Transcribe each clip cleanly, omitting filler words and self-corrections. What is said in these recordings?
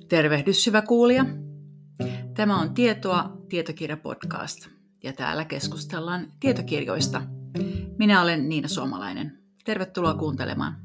Tervehdys hyvä kuulija. Tämä on Tietoa tietokirja-podcast ja täällä keskustellaan tietokirjoista. Minä olen Niina Suomalainen. Tervetuloa kuuntelemaan.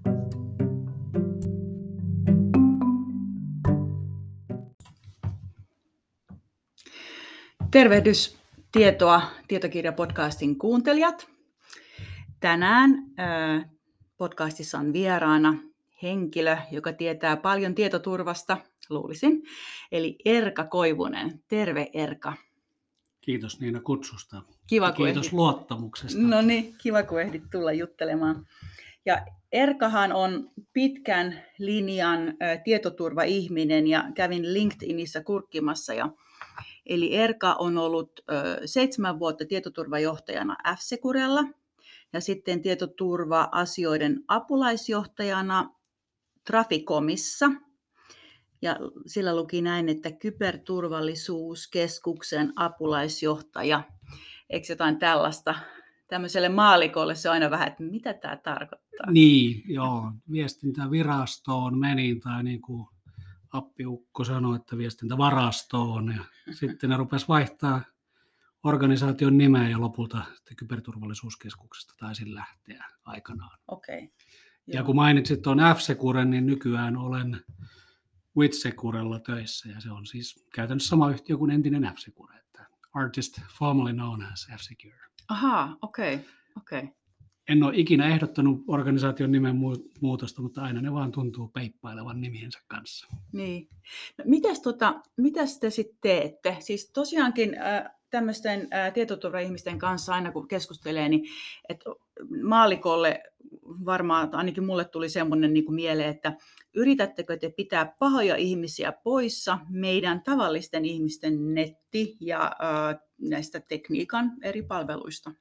Tervehdys Tietoa tietokirja-podcastin kuuntelijat. Tänään podcastissa on vieraana henkilö, joka tietää paljon tietoturvasta, luulisin, eli Erka Koivunen. Terve Erka. Kiitos Niina kutsusta. Kiva, kiitos luottamuksesta. No niin, kiva kun ehdit tulla juttelemaan. Ja Erkahan on pitkän linjan tietoturva-ihminen ja kävin LinkedInissä kurkkimassa. Eli Erka on ollut 7 vuotta tietoturvajohtajana F-Securella ja sitten tietoturva-asioiden apulaisjohtajana Traficomissa. Ja sillä luki näin, että kyberturvallisuuskeskuksen apulaisjohtaja. Eikö jotain tällaista? Tämmöiselle maallikolle se on aina vähän, että mitä tämä tarkoittaa? Niin, joo. Viestintävirastoon menin, tai niin kuin appiukko sanoi, että viestintävarastoon. Ja sitten ne rupesi vaihtaa organisaation nimeä ja lopulta kyberturvallisuuskeskuksesta taisin lähteä aikanaan. Okay. Ja kun mainitsit tuon F-Securen, niin nykyään olen WithSecurella töissä, ja se on siis käytännössä sama yhtiö kuin entinen F-Secure, että Artist formerly known as F-Secure. Ahaa, okei. En ole ikinä ehdottanut organisaation nimen muutosta, mutta aina ne vaan tuntuu peippailevan nimiensä kanssa. Niin. No, mitäs te sitten teette? Siis tosiaankin tämmöisten tietoturva-ihmisten kanssa aina kun keskustelee, niin että maallikolle varmaan, ainakin mulle tuli semmoinen niin kuin mieleen, että yritättekö te pitää pahoja ihmisiä poissa meidän tavallisten ihmisten netti- ja näistä tekniikan eri palveluista?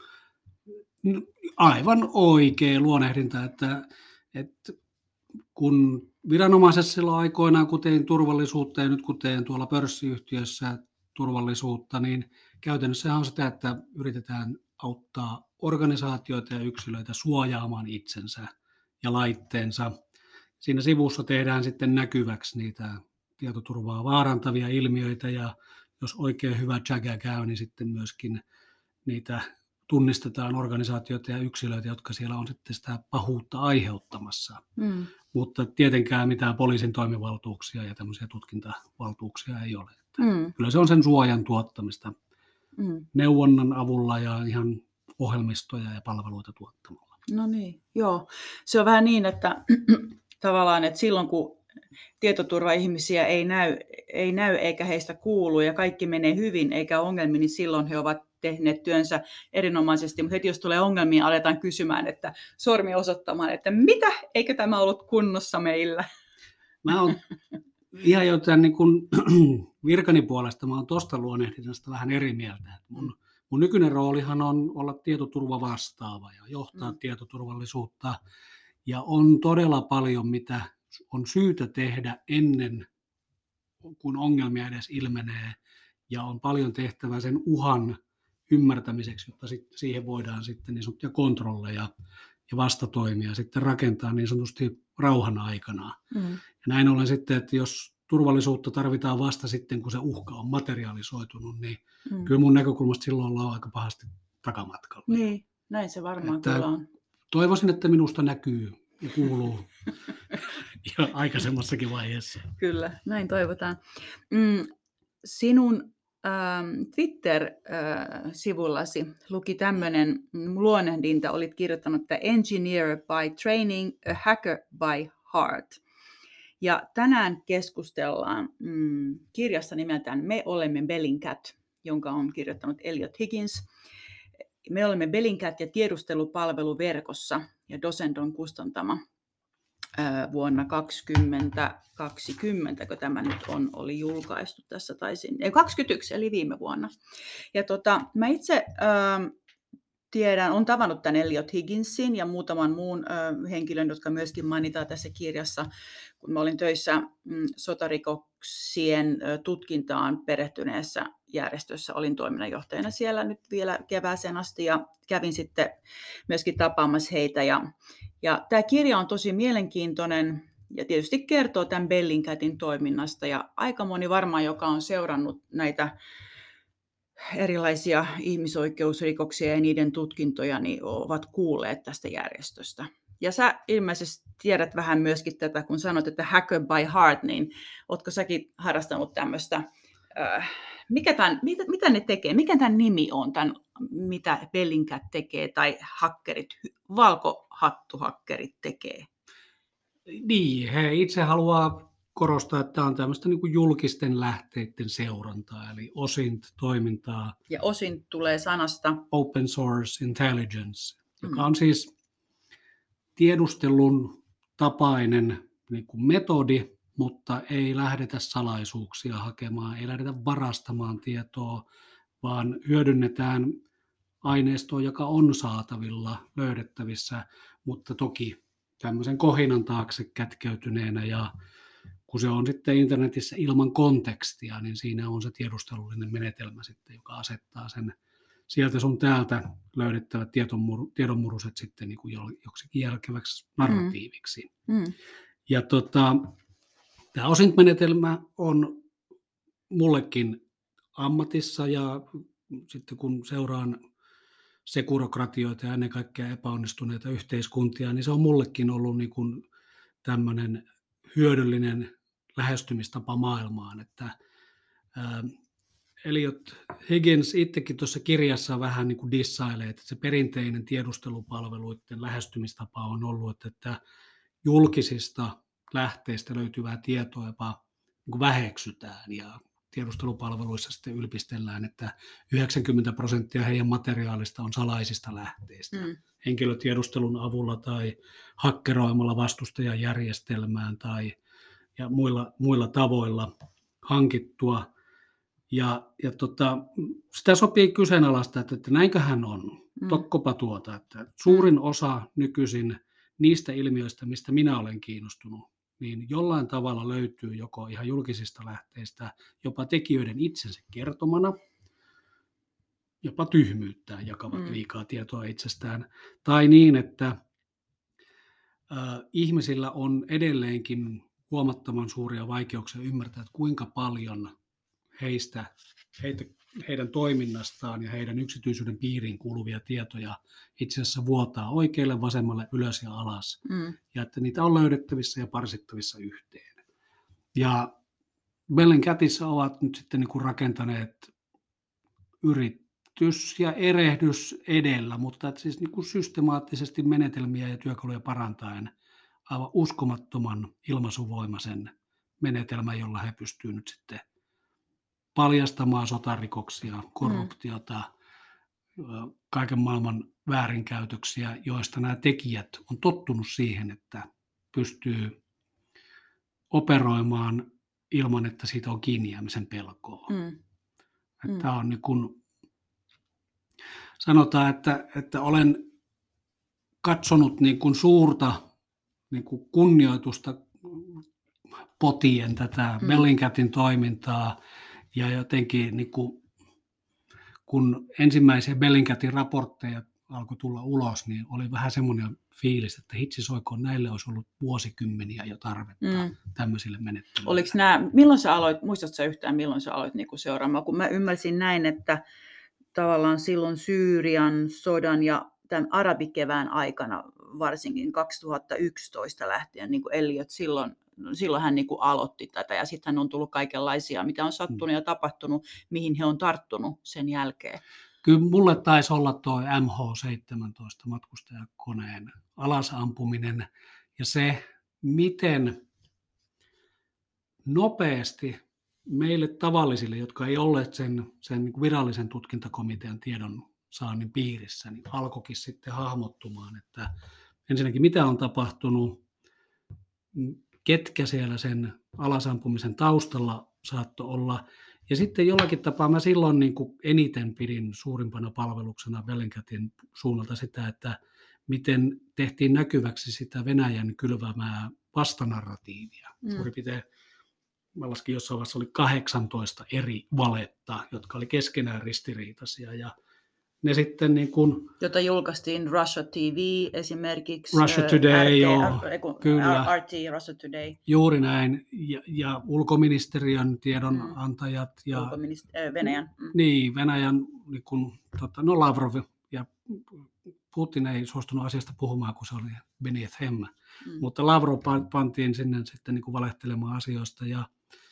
Aivan oikea luonnehdinta, että kun viranomaisessa silloin aikoinaan, kun tein turvallisuutta ja nyt kun teen tuolla pörssiyhtiössä turvallisuutta, niin käytännössä on sitä, että yritetään auttaa organisaatioita ja yksilöitä suojaamaan itsensä ja laitteensa. Siinä sivussa tehdään sitten näkyväksi niitä tietoturvaa vaarantavia ilmiöitä, ja jos oikein hyvä jaga käy, niin sitten myöskin niitä tunnistetaan organisaatioita ja yksilöitä, jotka siellä on sitten sitä pahuutta aiheuttamassa. Mutta tietenkään mitään poliisin toimivaltuuksia ja tämmöisiä tutkintavaltuuksia ei ole. Kyllä se on sen suojan tuottamista neuvonnan avulla ja ihan ohjelmistoja ja palveluita tuottamalla. No niin, joo. Se on vähän niin, että tavallaan, että silloin kun tietoturva-ihmisiä ei näy eikä heistä kuulu ja kaikki menee hyvin eikä ongelmia, niin silloin he ovat tehneet työnsä erinomaisesti, mutta heti jos tulee ongelmia, aletaan kysymään, että sormi osoittamaan, että mitä, eikö tämä ollut kunnossa meillä? Mä oon ihan jo tämän niin kuin virkani puolesta, mä oon tuosta luonnehdinnasta vähän eri mieltä. Mun nykyinen roolihan on olla tietoturvavastaava ja johtaa tietoturvallisuutta, ja on todella paljon, mitä on syytä tehdä ennen kuin ongelmia edes ilmenee, ja on paljon tehtävää sen uhan ymmärtämiseksi, jotta siihen voidaan sitten niin sanottuja kontrolleja ja vastatoimia sitten rakentaa niin sanotusti rauhan aikana. Ja näin ollen sitten, että jos turvallisuutta tarvitaan vasta sitten, kun se uhka on materialisoitunut, niin kyllä mun näkökulmasta silloin ollaan aika pahasti takamatkalla. Niin, näin se varmaan kyllä on. Toivoisin, että minusta näkyy ja kuuluu jo aikaisemmassakin vaiheessa. Kyllä, näin toivotaan. Sinun Twitter-sivullasi luki tämmöinen luonnehdinta, olit kirjoittanut, että engineer by training, a hacker by heart. Ja tänään keskustellaan kirjasta nimeltään Me olemme Bellingcat, jonka on kirjoittanut Elliot Higgins. Me olemme Bellingcat ja tiedustelupalveluverkossa, ja Docent on kustantama vuonna 2020, kun tämä nyt oli julkaistu tässä, 2021, eli viime vuonna. Ja mä itse tiedän, olen tavannut tämän Elliot Higginsin ja muutaman muun henkilön, jotka myöskin mainitaan tässä kirjassa, kun mä olin töissä sotarikoksien tutkintaan perehtyneessä järjestössä, olin toiminnanjohtajana siellä nyt vielä kevääseen asti ja kävin sitten myöskin tapaamassa heitä. Ja tämä kirja on tosi mielenkiintoinen Ja tietysti kertoo tämän Bellingcatin toiminnasta. Ja aika moni varmaan, joka on seurannut näitä erilaisia ihmisoikeusrikoksia ja niiden tutkintoja, niin ovat kuulleet tästä järjestöstä. Ja sä ilmeisesti tiedät vähän myöskin tätä, kun sanot, että Hacker by Heart, niin ootko säkin harrastanut tämmöistä, mitä ne tekee, mikä tämän nimi on, mitä Bellingcat tekee tai valkohattuhakkerit tekee? Niin, he itse haluaa korostaa, että tämä on tämmöistä niin kuin julkisten lähteiden seurantaa, eli OSINT-toimintaa. Ja OSINT tulee sanasta Open Source Intelligence, joka on siis tiedustelun tapainen niin kuin metodi, mutta ei lähdetä salaisuuksia hakemaan, ei lähdetä varastamaan tietoa, vaan hyödynnetään aineistoa, joka on saatavilla, löydettävissä, mutta toki tämmöisen kohinan taakse kätkeytyneenä, ja kun se on sitten internetissä ilman kontekstia, niin siinä on se tiedustelullinen menetelmä sitten, joka asettaa sen sieltä sun täältä löydettävät tiedonmuruset sitten niin kuin joksikin jälkeväksi narratiiviksi. Ja tämä OSINT-menetelmä on mullekin ammatissa, ja sitten kun seuraan sekurokratioita ja ennen kaikkea epäonnistuneita yhteiskuntia, niin se on mullekin ollut niin kuin tämmöinen hyödyllinen lähestymistapa maailmaan, että Elliot Higgins itsekin tuossa kirjassa vähän niin kuin dissailee, että se perinteinen tiedustelupalveluiden lähestymistapa on ollut, että julkisista lähteistä löytyvää tietoa jopa niin kuin väheksytään, ja tiedustelupalveluissa sitten ylpistellään, että 90% heidän materiaalista on salaisista lähteistä. Henkilötiedustelun avulla tai hakkeroimalla vastustajajärjestelmään ja muilla tavoilla hankittua. Ja sitä sopii kyseenalaista, että näinköhän on. Tokkopa että suurin osa nykyisin niistä ilmiöistä, mistä minä olen kiinnostunut, niin jollain tavalla löytyy joko ihan julkisista lähteistä, jopa tekijöiden itsensä kertomana, jopa tyhmyyttään jakavat liikaa tietoa itsestään, tai niin, että ihmisillä on edelleenkin huomattavan suuria vaikeuksia ymmärtää, että kuinka paljon heidän toiminnastaan ja heidän yksityisyyden piiriin kuuluvia tietoja itse asiassa vuotaa oikealle, vasemmalle, ylös ja alas. Ja että niitä on löydettävissä ja parsittavissa yhteen. Ja Bellingcatissa ovat nyt sitten niin kuin rakentaneet yritys ja erehdys edellä, mutta että siis niin kuin systemaattisesti menetelmiä ja työkaluja parantaen aivan uskomattoman ilmaisuvoimaisen menetelmän, jolla he pystyvät nyt sitten paljastamaan sotarikoksia, korruptiota, kaiken maailman väärinkäytöksiä, joista nämä tekijät on tottunut siihen, että pystyy operoimaan ilman, että siitä on kiinni jäämisen pelkoa. Tämä on niin kuin, sanotaan, että olen katsonut niin kuin suurta niin kuin kunnioitusta potien tätä Bellingcatin toimintaa, ja jotenkin niin kun ensimmäisiä Bellingcatin raportteja alkoi tulla ulos, niin oli vähän semmoinen fiilis, että hitsi soikoon, näille olisi ollut vuosikymmeniä jo tarvetta tämmöisille menettelyille. Oliko nämä, milloin sä aloit, muistatko sä yhtään, milloin sä aloit niin seuraamaan? Kun mä ymmärsin näin, että tavallaan silloin Syyrian sodan ja tämän arabikevään aikana, varsinkin 2011 lähtien, niin kuin Elliot silloin hän niin kuin aloitti tätä, ja sitten on tullut kaikenlaisia, mitä on sattunut ja tapahtunut, mihin he on tarttunut sen jälkeen. Kyllä mulle taisi olla tuo MH17 matkustajakoneen alasampuminen, ja se, miten nopeasti meille tavallisille, jotka ei olleet sen niin kuin virallisen tutkintakomitean tiedon saannin piirissä, niin alkoikin sitten hahmottumaan, että ensinnäkin mitä on tapahtunut, ketkä siellä sen alasampumisen taustalla saattoi olla. Ja sitten jollakin tapaa mä silloin niin kuin eniten pidin suurimpana palveluksena Bellingcatin suunnalta sitä, että miten tehtiin näkyväksi sitä Venäjän kylvämää vastanarratiivia. Suurin piirtein, mä laskin jossain vaiheessa oli 18 eri valetta, jotka oli keskenään ristiriitaisia, ja ne sitten niin kuin jota julkaistiin Russia TV esimerkiksi. Russia Today, kyllä. RT, Russia Today. Juuri näin, ja ulkoministeriön tiedonantajat. Ja, Venäjän. Niin, Venäjän, niin kuin, no Lavrov ja Putin ei suostunut asiasta puhumaan, kun se oli beneath him. Mutta Lavrov pantiin sinne sitten niin kuin valehtelemaan asioista. Ja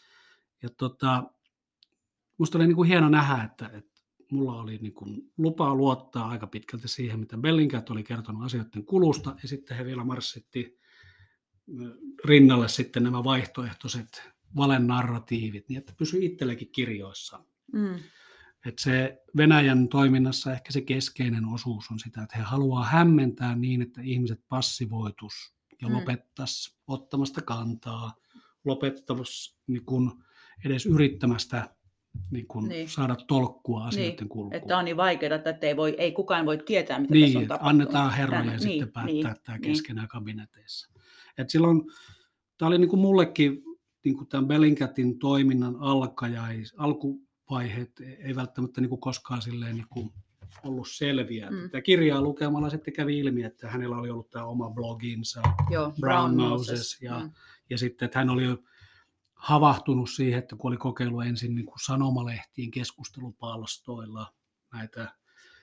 musta oli niin kuin hieno nähdä, että mulla oli niin kuin lupa luottaa aika pitkälti siihen, mitä Bellingcat oli kertonut asioiden kulusta, ja sitten he vielä marssitti rinnalle sitten nämä vaihtoehtoiset valenarratiivit, niin että pysyi itsellekin kirjoissa. Että se Venäjän toiminnassa ehkä se keskeinen osuus on sitä, että he haluaa hämmentää niin, että ihmiset passivoitus ja lopettaisi ottamasta kantaa, lopettaisi niin kuin edes yrittämästä niin saada tolkkua asioiden kulkuun. Että on niin vaikeaa, että ei kukaan voi tietää, mitä niin, tässä on tapahtunut. Annetaan herrojen sitten päättää tämä keskenään kabineteissa. Et silloin, tämä oli niin kuin mullekin niin kuin tämän Bellingcatin toiminnan alkuvaiheet ei välttämättä niin kuin koskaan silleen niin kuin ollut selviä. Tämä kirjaa lukemalla sitten kävi ilmi, että hänellä oli ollut tämä oma bloginsa, Brown Moses, ja sitten, että hän oli jo havahtunut siihen, että kun oli kokeillut ensin niin kuin sanomalehtiin keskustelupalstoilla näitä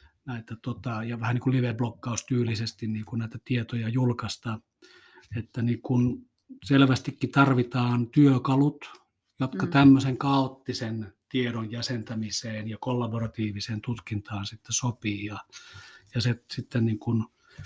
ja vähän niin kuin live-blokkaustyylisesti niin kuin näitä tietoja julkaista, että niin kuin selvästikin tarvitaan työkalut, jotka tämmöisen kaoottisen tiedon jäsentämiseen ja kollaboratiiviseen tutkintaan sitten sopii. Ja se sitten niin kuin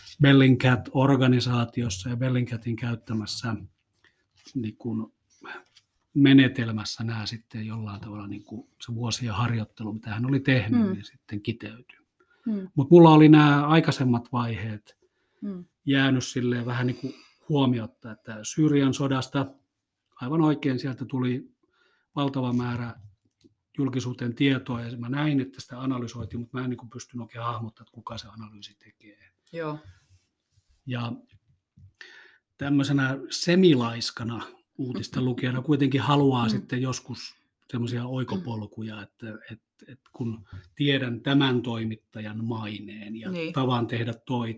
Bellingcat-organisaatiossa ja Bellingcatin käyttämässä niin kuin menetelmässä nämä sitten jollain tavalla niin kuin se vuosien harjoittelu, mitä hän oli tehnyt, niin sitten kiteytyy. Mutta mulla oli nämä aikaisemmat vaiheet jäänyt silleen vähän niin kuin huomiotta, että Syyrian sodasta aivan oikein sieltä tuli valtava määrä julkisuuteen tietoa, ja mä näin, että sitä analysoitiin, mutta mä en niin kuin pystynyt oikein hahmottamaan, että kuka se analyysi tekee. Joo. Ja tämmöisenä semilaiskana uutisten lukijana kuitenkin haluaa sitten joskus semmoisia oikopolkuja, että kun tiedän tämän toimittajan maineen ja tavan tehdä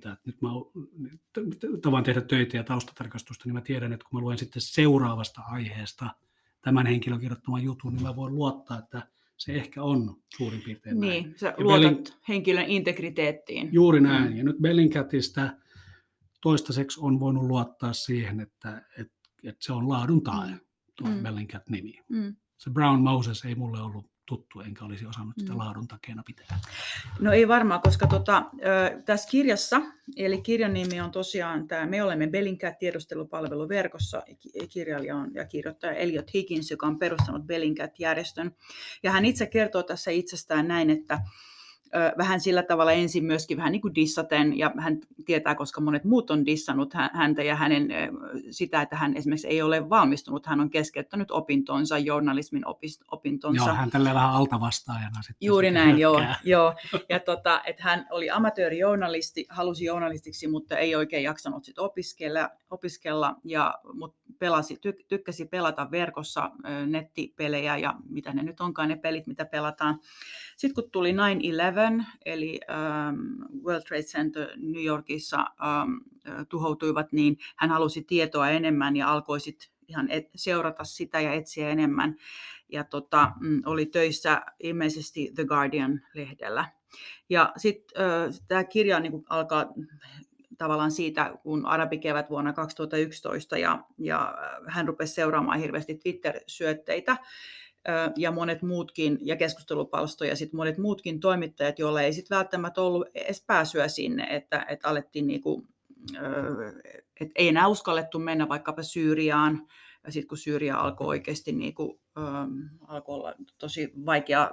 tavan tehdä töitä ja taustatarkastusta, niin mä tiedän, että kun mä luen sitten seuraavasta aiheesta tämän henkilön kirjoittaman jutun, niin mä voin luottaa, että se ehkä on suurin piirtein näin. Niin, sä luotat henkilön integriteettiin. Juuri näin. Ja nyt Bellingcatista toistaiseksi on voinut luottaa siihen, että se on laadun tae, tuo Bellingcat-nimi. Se Brown Moses ei mulle ollut tuttu, enkä olisi osannut sitä laadun takeena pitää. No ei varmaan, koska tässä kirjassa, eli kirjan nimi on tosiaan tämä Me olemme Bellingcat-tiedustelupalveluverkossa, kirjailija on ja kirjoittaja Elliot Higgins, joka on perustanut Bellingcat-järjestön. Ja hän itse kertoo tässä itsestään näin, että vähän sillä tavalla ensin myöskin vähän niin kuin dissaten, ja hän tietää, koska monet muut on dissannut häntä ja hänen sitä, että hän esimerkiksi ei ole valmistunut, hän on keskeyttänyt opintonsa, journalismin opintonsa. Joo, hän tälleen vähän altavastaajana sitten. Juuri näin, joo. Ja että hän oli amatöörijournalisti, halusi journalistiksi, mutta ei oikein jaksanut sit opiskella mutta tykkäsi pelata verkossa nettipelejä ja mitä ne nyt onkaan ne pelit, mitä pelataan. Sitten kun tuli 9/11, eli World Trade Center New Yorkissa tuhoutuivat, niin hän halusi tietoa enemmän ja alkoi sitten ihan seurata sitä ja etsiä enemmän. Ja oli töissä ilmeisesti The Guardian-lehdellä. Ja sitten tämä kirja niin alkaa tavallaan siitä, kun arabikevät vuonna 2011 ja hän rupesi seuraamaan hirveästi Twitter-syötteitä ja monet muutkin, ja keskustelupalstoja, sitten monet muutkin toimittajat, joilla ei sitten välttämättä ollut edes pääsyä sinne, että alettiin niinku, että ei enää uskallettu mennä vaikkapa Syyriaan, ja sitten kun Syyria alkoi oikeasti niinku, alkoi olla tosi vaikea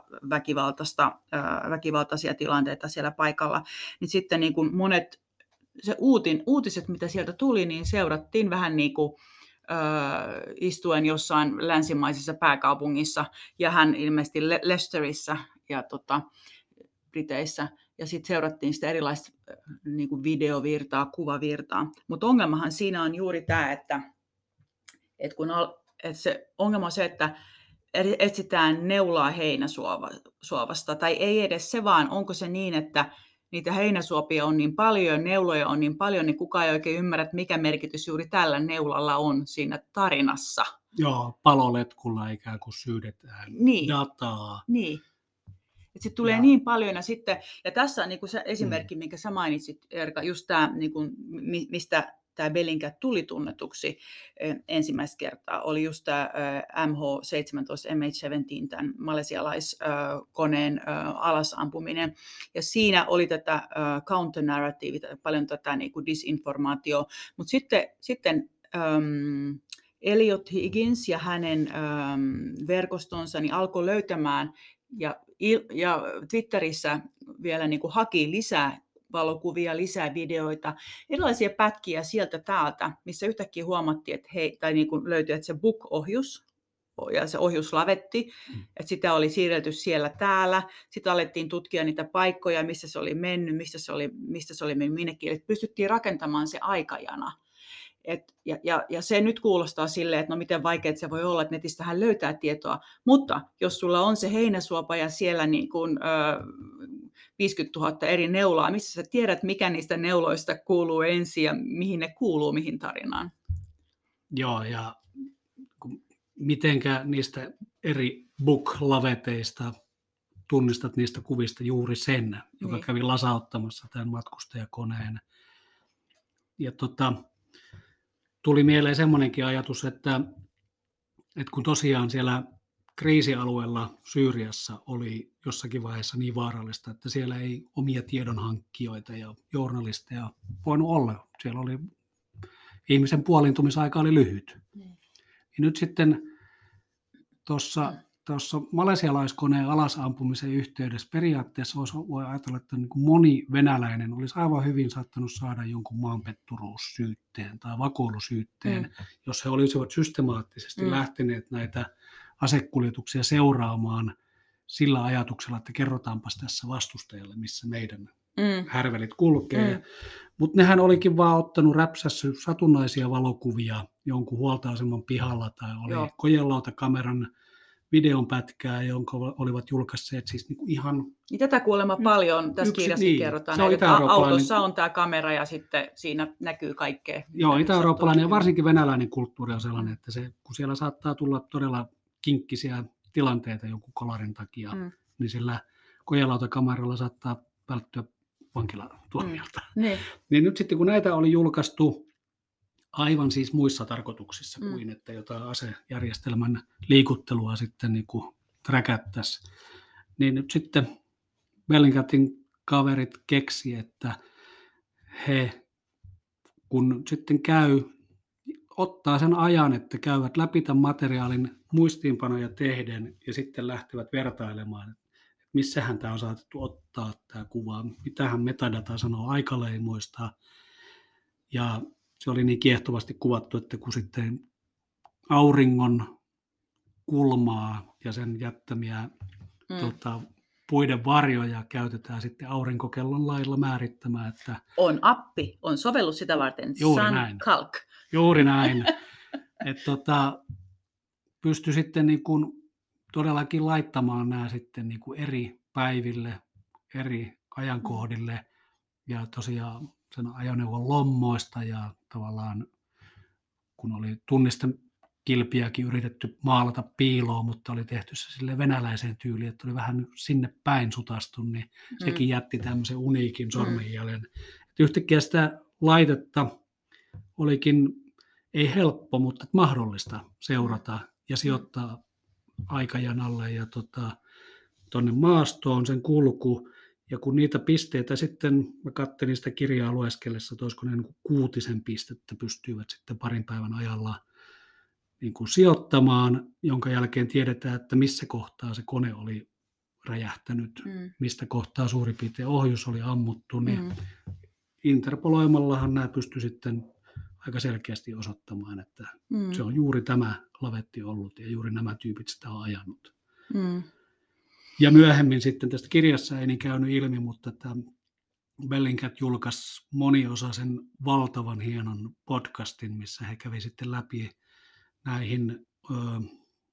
väkivaltaisia tilanteita siellä paikalla, niin sitten niinku monet uutiset, mitä sieltä tuli, niin seurattiin vähän niin kuin istuen jossain länsimaisessa pääkaupungissa, ja hän ilmeisesti Leicesterissa ja Briteissä, ja sitten seurattiin sitä erilaista niin kuin videovirtaa, kuvavirtaa. Mutta ongelmahan siinä on juuri tämä, että se ongelma on se, että etsitään neulaa heinäsuovasta, tai ei edes se, vaan onko se niin, että niitä heinäsuopia on niin paljon, neuloja on niin paljon, niin kukaan ei oikein ymmärrä, että mikä merkitys juuri tällä neulalla on siinä tarinassa. Joo, paloletkulla ikään kuin syydetään dataa. Niin. Sitten tulee niin paljon, ja tässä on niin kuin se esimerkki, minkä sä mainitsit, Erika, just tämä, niin kuin, mistä tämä Bellingcat tuli tunnetuksi ensimmäistä kertaa, oli just tämä MH17, MH17, tämän malesialaiskoneen alasampuminen. Ja siinä oli tätä counter-narratiivia, paljon tätä niin kuin disinformaatioa. Mutta sitten Elliot Higgins ja hänen verkostonsa niin alkoi löytämään, ja Twitterissä vielä niin kuin haki lisää valokuvia, lisää videoita, erilaisia pätkiä sieltä täältä, missä yhtäkkiä huomattiin, että niin kuin löytyi, että se book-ohjus ja se ohjuslavetti, että sitä oli siirrelty siellä täällä. Sitten alettiin tutkia niitä paikkoja, missä se oli mennyt, mistä se oli mennyt minnekin. Että pystyttiin rakentamaan se aikajana. Ja se nyt kuulostaa silleen, että no miten vaikeaa se voi olla, että netistähän löytää tietoa, mutta jos sulla on se heinäsuopa ja siellä niin kuin 50 000 eri neulaa, missä sä tiedät, mikä niistä neuloista kuuluu ensin ja mihin ne kuuluu, mihin tarinaan. Joo, ja mitenkä niistä eri book-laveteista tunnistat niistä kuvista juuri sen, joka kävi lasauttamassa tämän matkustajakoneen. Ja tuli mieleen semmoinenkin ajatus, että kun tosiaan siellä kriisialueella Syyriassa oli jossakin vaiheessa niin vaarallista, että siellä ei omia tiedonhankkijoita ja journalisteja voinut olla. Siellä oli ihmisen puolintumisaika oli lyhyt. Ja nyt sitten tuossa malesialaiskoneen alasampumisen yhteydessä periaatteessa voi ajatella, että niin kuin moni venäläinen olisi aivan hyvin saattanut saada jonkun maanpetturuussyytteen tai vakoilusyytteen, jos he olisivat systemaattisesti lähteneet näitä asekuljetuksia seuraamaan sillä ajatuksella, että kerrotaanpas tässä vastustajalle, missä meidän härvelit kulkee. Mutta nehän olikin vaan ottanut räpsässä satunnaisia valokuvia jonkun huoltoaseman pihalla tai oli kojelauta-kameran videon pätkää, jonka olivat julkaisseet siis niinku ihan... Niin tätä kuulemma paljon tässä kirjassa kerrotaan, että autossa on tämä kamera ja sitten siinä näkyy kaikkea. Joo, itä-eurooppalainen ja varsinkin venäläinen kulttuuri on sellainen, että kun siellä saattaa tulla todella kinkkisiä tilanteita jonkun kolarin takia, niin sillä kojelauta-kameralla saattaa välttyä vankilatuomiolta. Niin nyt sitten kun näitä oli julkaistu aivan siis muissa tarkoituksissa kuin että jotain asejärjestelmän liikuttelua sitten niin kuin träkättäisiin, niin nyt sitten Bellingcatin kaverit keksi, että he kun sitten ottaa sen ajan, että käyvät läpi tämän materiaalin muistiinpanoja tehden ja sitten lähtevät vertailemaan, että missähän tämä on saatettu ottaa tämä kuva, mitähän metadata sanoo aikaleimoista. Ja se oli niin kiehtovasti kuvattu, että kun sitten auringon kulmaa ja sen jättämiä puiden varjoja käytetään sitten aurinkokellon lailla määrittämään. Että on appi, on sovellus sitä varten, SunCalc. Juuri näin. Pystyi sitten niin kuin todellakin laittamaan nämä sitten niin kuin eri päiville, eri ajankohdille ja tosiaan sen ajoneuvon lommoista ja tavallaan kun oli tunnistekilpiäkin yritetty maalata piiloon, mutta oli tehty se sille venäläiseen tyyliin, että oli vähän sinne päin sutastu, niin sekin jätti tämmöisen uniikin sormenjäljen. Yhtäkkiä sitä laitetta olikin ei helppo, mutta mahdollista seurata ja sijoittaa aikajanalle ja tuonne maastoon sen kulku. Ja kun niitä pisteitä sitten, mä katselin sitä kirjaa lueskellessa, että olisiko ne niin 6 pistettä pystyivät sitten parin päivän ajalla niin kuin sijoittamaan, jonka jälkeen tiedetään, että missä kohtaa se kone oli räjähtänyt, mistä kohtaa suurin piirtein ohjus oli ammuttu, niin interpoloimallahan nämä pystyi sitten aika selkeästi osoittamaan, että se on juuri tämä lavetti ollut ja juuri nämä tyypit sitä on ajanut. Ja myöhemmin sitten tästä kirjassa ei niin käynyt ilmi, mutta tämä Bellingcat julkaisi moniosaisen valtavan hienon podcastin, missä he kävi sitten läpi näihin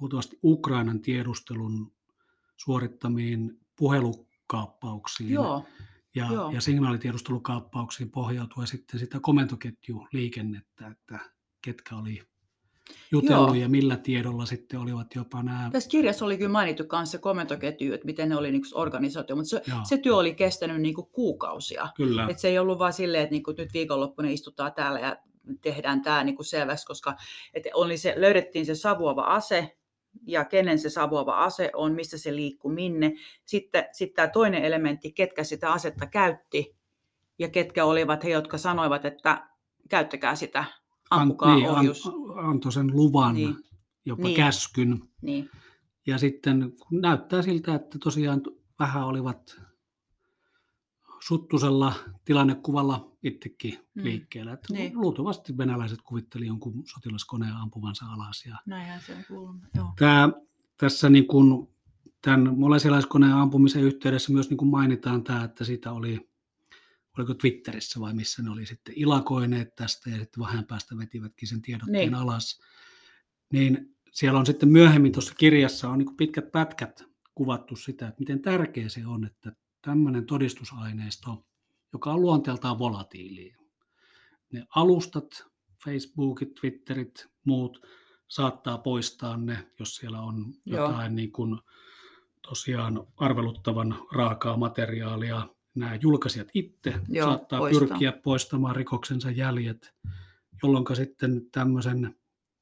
luultavasti Ukrainan tiedustelun suorittamiin puhelukaappauksiin Joo, ja signaalitiedustelukaappauksiin pohjautuen sitten sitä komentoketjuliikennettä, että ketkä oli jutellut ja millä tiedolla sitten olivat jopa nämä. Tässä kirjassa oli kyllä mainittu myös se komentoketju, että miten ne oli niin organisaatio, mutta se työ oli kestänyt niin kuukausia. Että se ei ollut vaan silleen, että niin nyt viikonloppuna istutaan täällä ja tehdään tämä niin selväksi, koska löydettiin se savuava ase, ja kenen se savuava ase on, mistä se liikkuu, minne. Sitten tämä toinen elementti, ketkä sitä asetta käytti, ja ketkä olivat he, jotka sanoivat, että käyttäkää sitä, ampukaa ohjus. Antoi sen luvan, jopa käskyn. Niin. Ja sitten näyttää siltä, että tosiaan vähän olivat suttusella tilannekuvalla itsekin liikkeellä. Luultavasti venäläiset kuvitteli jonkun sotilaskoneen ampuvansa alas. Näinhän se on kuulunut. Tässä niin kuin tämän molesialaiskoneen ampumisen yhteydessä myös niin kuin mainitaan tämä, että siitä oliko Twitterissä vai missä ne oli sitten ilakoineet tästä ja sitten vähän päästä vetivätkin sen tiedotteen alas. Niin siellä on sitten myöhemmin tuossa kirjassa on niin kuin pitkät pätkät kuvattu sitä, että miten tärkeä se on, että tämmöinen todistusaineisto, joka on luonteeltaan volatiilia. Ne alustat, Facebookit, Twitterit, muut, saattaa poistaa ne, jos siellä on jotain niin kuin tosiaan arveluttavan raakaa materiaalia. Nämä julkaisijat itse saattaa pyrkiä poistamaan rikoksensa jäljet, jolloin sitten tämmöisen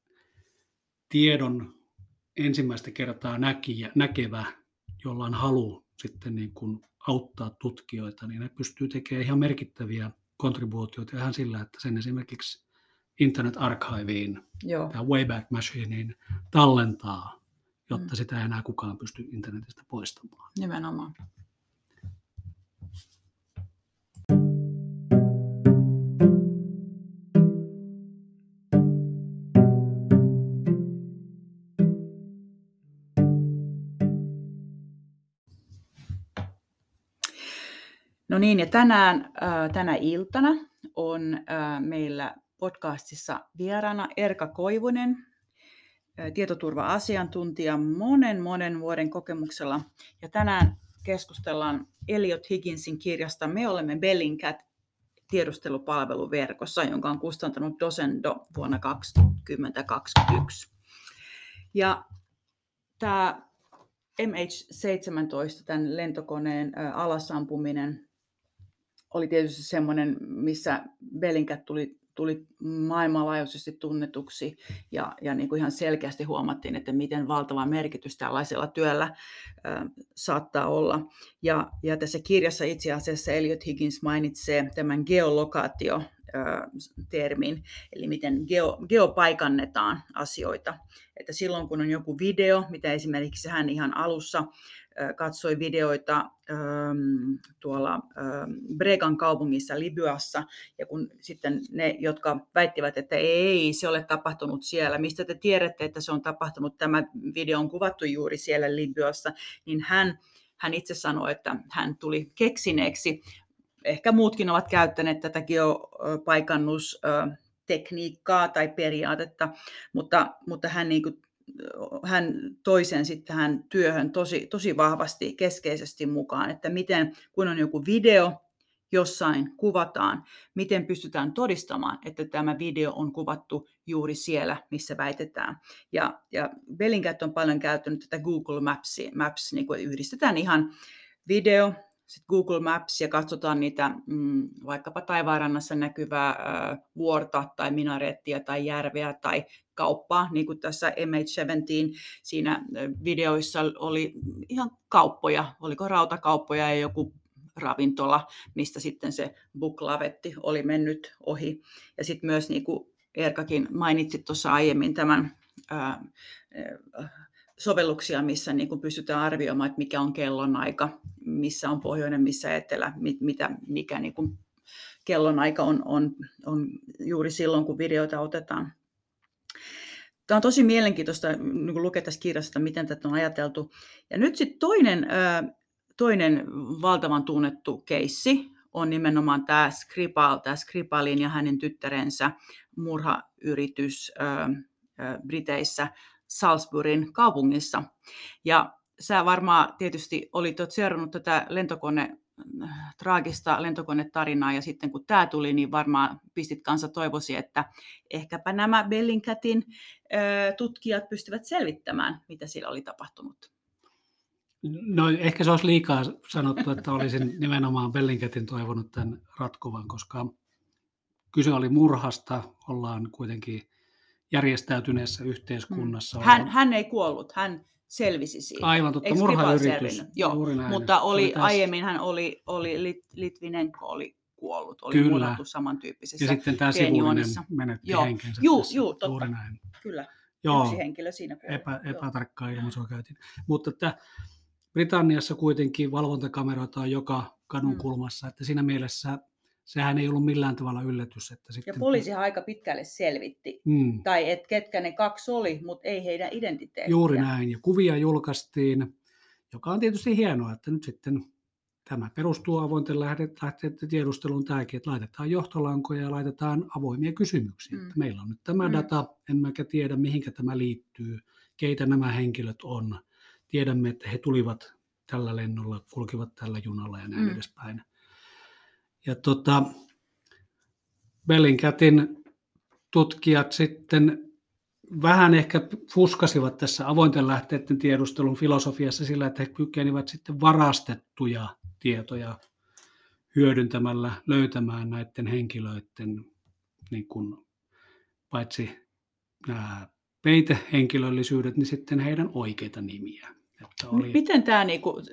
tiedon ensimmäistä kertaa näkevä, jolla on halu sitten niin kuin auttaa tutkijoita, niin ne pystyy tekemään ihan merkittäviä kontribuutioita ihan sillä, että sen esimerkiksi Internet Archiveen, tämä Wayback Machineen tallentaa, jotta sitä ei enää kukaan pysty internetistä poistamaan. Nimenomaan. No niin, ja tänä iltana on meillä podcastissa vieraana Erka Koivunen, tietoturva-asiantuntija monen vuoden kokemuksella. Ja tänään keskustellaan Elliot Higginsin kirjasta Me olemme Bellingcat tiedustelupalveluverkossa, jonka on kustantanut Dosendo vuonna 2021. Ja tämä MH17, tämän lentokoneen alasampuminen, oli tietysti semmoinen, missä Bellingcat tuli maailmanlaajuisesti tunnetuksi ja niin kuin ihan selkeästi huomattiin, että miten valtava merkitys tällaisella työllä saattaa olla. Ja tässä kirjassa itse asiassa Elliot Higgins mainitsee tämän geolokaatio-termin, eli miten geopaikannetaan asioita. Että silloin kun on joku video, mitä esimerkiksi hän ihan alussa katsoi videoita tuolla Bregan kaupungissa Libyassa, ja kun sitten ne, jotka väittivät, että ei se ole tapahtunut siellä, mistä te tiedätte, että se on tapahtunut, tämä video on kuvattu juuri siellä Libyassa, niin hän itse sanoi, että hän tuli keksineeksi. Ehkä muutkin ovat käyttäneet tätä geopaikannustekniikkaa tai periaatetta, mutta hän toi sen sitten tähän työhön tosi vahvasti, keskeisesti mukaan, että miten, kun on joku video, jossain kuvataan, miten pystytään todistamaan, että tämä video on kuvattu juuri siellä, missä väitetään. Ja Bellingcat on paljon käyttänyt tätä Google Maps, niin kuin yhdistetään ihan video, sitten Google Maps ja katsotaan niitä vaikkapa taivaanrannassa näkyvää vuorta tai minarettia tai järveä tai kauppaa, niin kuin tässä MH17 siinä videoissa oli ihan kauppoja, oliko rautakauppoja ja joku ravintola, mistä sitten se buklavetti oli mennyt ohi. Ja sitten myös, niin kuin Erkakin mainitsit tuossa aiemmin, tämän sovelluksia, missä niin kuin pystytään arvioimaan, että mikä on kellonaika, missä on pohjoinen, missä etelä, mikä niin kuin kellonaika on juuri silloin, kun videoita otetaan. Tämä on tosi mielenkiintoista niin kuin lukea tästä kirjasta, miten tätä on ajateltu. Ja nyt sitten toinen valtavan tunnettu keissi on nimenomaan tämä Skripalin ja hänen tyttärensä murhayritys Briteissä Salisburyn kaupungissa. Ja sä varmaan tietysti olit seurannut tätä traagista lentokonetarinaa, ja sitten kun tämä tuli, niin varmaan pistit kanssa toivosi, että ehkäpä nämä Bellingcatin tutkijat pystyvät selvittämään, mitä siellä oli tapahtunut. No ehkä se olisi liikaa sanottu, että olisin nimenomaan Bellingcatin toivonut tämän ratkovan, koska kyse oli murhasta, ollaan kuitenkin järjestäytyneessä yhteiskunnassa. Hän ei kuollut, hän selvisi siitä. Aivan totta, murhayritys. Joo, mutta aiemmin hän oli Litvinenko oli kuollut, oli murhattu samantyyppisessä. Ja sitten tämä sivullinen menetti henkensä. Joo, totta. Juuri näin. Kyllä, joo, yksi henkilö siinä kuoli. Epätarkkaa ilmaisua käytiin. Mutta että Britanniassa kuitenkin valvontakameroita on joka kadun kulmassa, että siinä mielessä sehän ei ollut millään tavalla yllätys. Että sitten... Ja poliisihan aika pitkälle selvitti, tai että ketkä ne kaksi oli, mutta ei heidän identiteettiä. Juuri näin, ja kuvia julkaistiin, joka on tietysti hienoa, että nyt sitten tämä perustuu avointen lähteiden tiedusteluun tämäkin, että laitetaan johtolankoja ja laitetaan avoimia kysymyksiä. Että meillä on nyt tämä data, emmekä tiedä mihinkä tämä liittyy, keitä nämä henkilöt on. Tiedämme, että he tulivat tällä lennolla, kulkivat tällä junalla ja näin edespäin. Ja Bellingcatin tutkijat sitten vähän ehkä fuskasivat tässä avointen lähteiden tiedustelun filosofiassa sillä, että he kykenivät sitten varastettuja tietoja hyödyntämällä löytämään näiden henkilöiden niin kuin, paitsi nämä peitehenkilöllisyydet, niin sitten heidän oikeita nimiä. Miten tämä,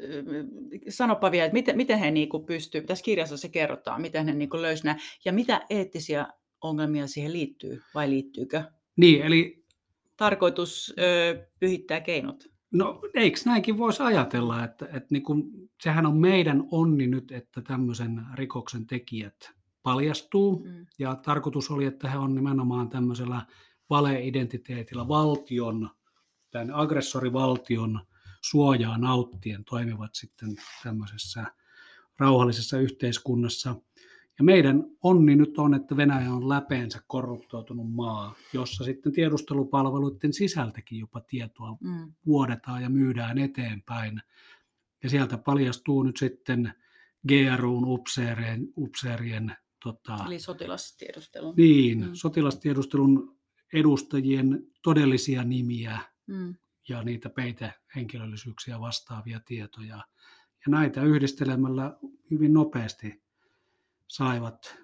sanopa vielä, että miten he pystyvät, tässä kirjassa se kerrotaan, miten he löysi nämä, ja mitä eettisiä ongelmia siihen liittyy, vai liittyykö? Niin, eli... Tarkoitus pyhittää keinot. No eikö näinkin voisi ajatella, että sehän on meidän onni nyt, että tämmöisen rikoksen tekijät paljastuu, ja tarkoitus oli, että he on nimenomaan tämmöisellä valeidentiteetillä tämän aggressorivaltion suojaa nauttien toimivat sitten tämmöisessä rauhallisessa yhteiskunnassa. Ja meidän onni nyt on, että Venäjä on läpeensä korruptoitunut maa, jossa sitten tiedustelupalveluiden sisältäkin jopa tietoa vuodetaan ja myydään eteenpäin. Ja sieltä paljastuu nyt sitten GRUn upseerien eli sotilastiedustelun. Niin, sotilastiedustelun edustajien todellisia nimiä ja niitä peitehenkilöllisyyksiä vastaavia tietoja. Ja näitä yhdistelemällä hyvin nopeasti saivat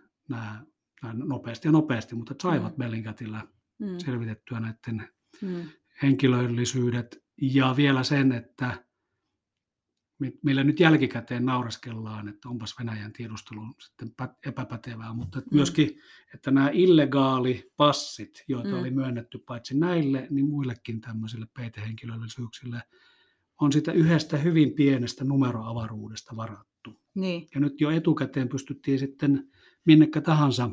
nopeasti, mutta saivat Bellingcatilla selvitettyä näiden henkilöllisyydet. Ja vielä sen, että millä nyt jälkikäteen nauraskellaan, että onpas Venäjän tiedustelu sitten epäpätevää, mutta myöskin, että nämä illegaalipassit, joita oli myönnetty paitsi näille, niin muillekin tämmöisille peitehenkilöllisyyksille, on sitä yhdestä hyvin pienestä numeroavaruudesta varattu. Niin. Ja nyt jo etukäteen pystyttiin sitten minnekä tahansa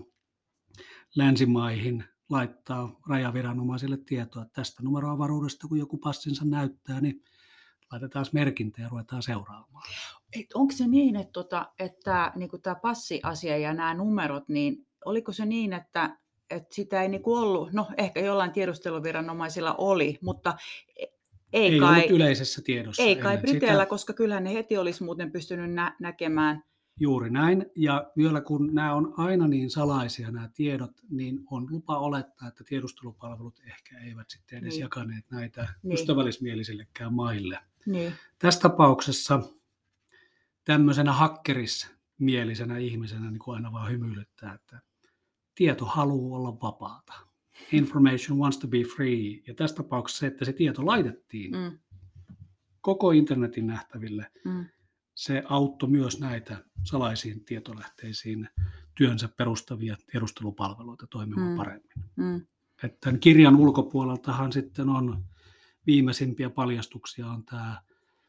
länsimaihin laittaa rajaviranomaisille tietoa, että tästä numeroavaruudesta, kun joku passinsa näyttää, niin laitetaan merkintä ja ruvetaan seuraamaan. Onko se niin, että tämä passiasia ja nämä numerot, niin oliko se niin, että sitä ei ollut, no ehkä jollain tiedusteluviranomaisilla oli, mutta ei kai ollut yleisessä tiedossa. Ei kai Briteillä, koska kyllähän ne heti olisi muuten pystynyt näkemään. Juuri näin, ja vielä kun nämä on aina niin salaisia nämä tiedot, niin on lupa olettaa, että tiedustelupalvelut ehkä eivät sitten edes jakaneet näitä ystävällismielisillekään maille. Niin. Tässä tapauksessa tämmöisenä hakkerismielisenä ihmisenä niin kuin aina vaan hymyilyttää, että tieto haluaa olla vapaata. Information wants to be free. Ja tässä tapauksessa se, että se tieto laitettiin koko internetin nähtäville, se auttoi myös näitä salaisiin tietolähteisiin työnsä perustavia tiedustelupalveluita toimimaan paremmin. Että tämän kirjan ulkopuoleltahan sitten on viimeisimpiä paljastuksia on tämä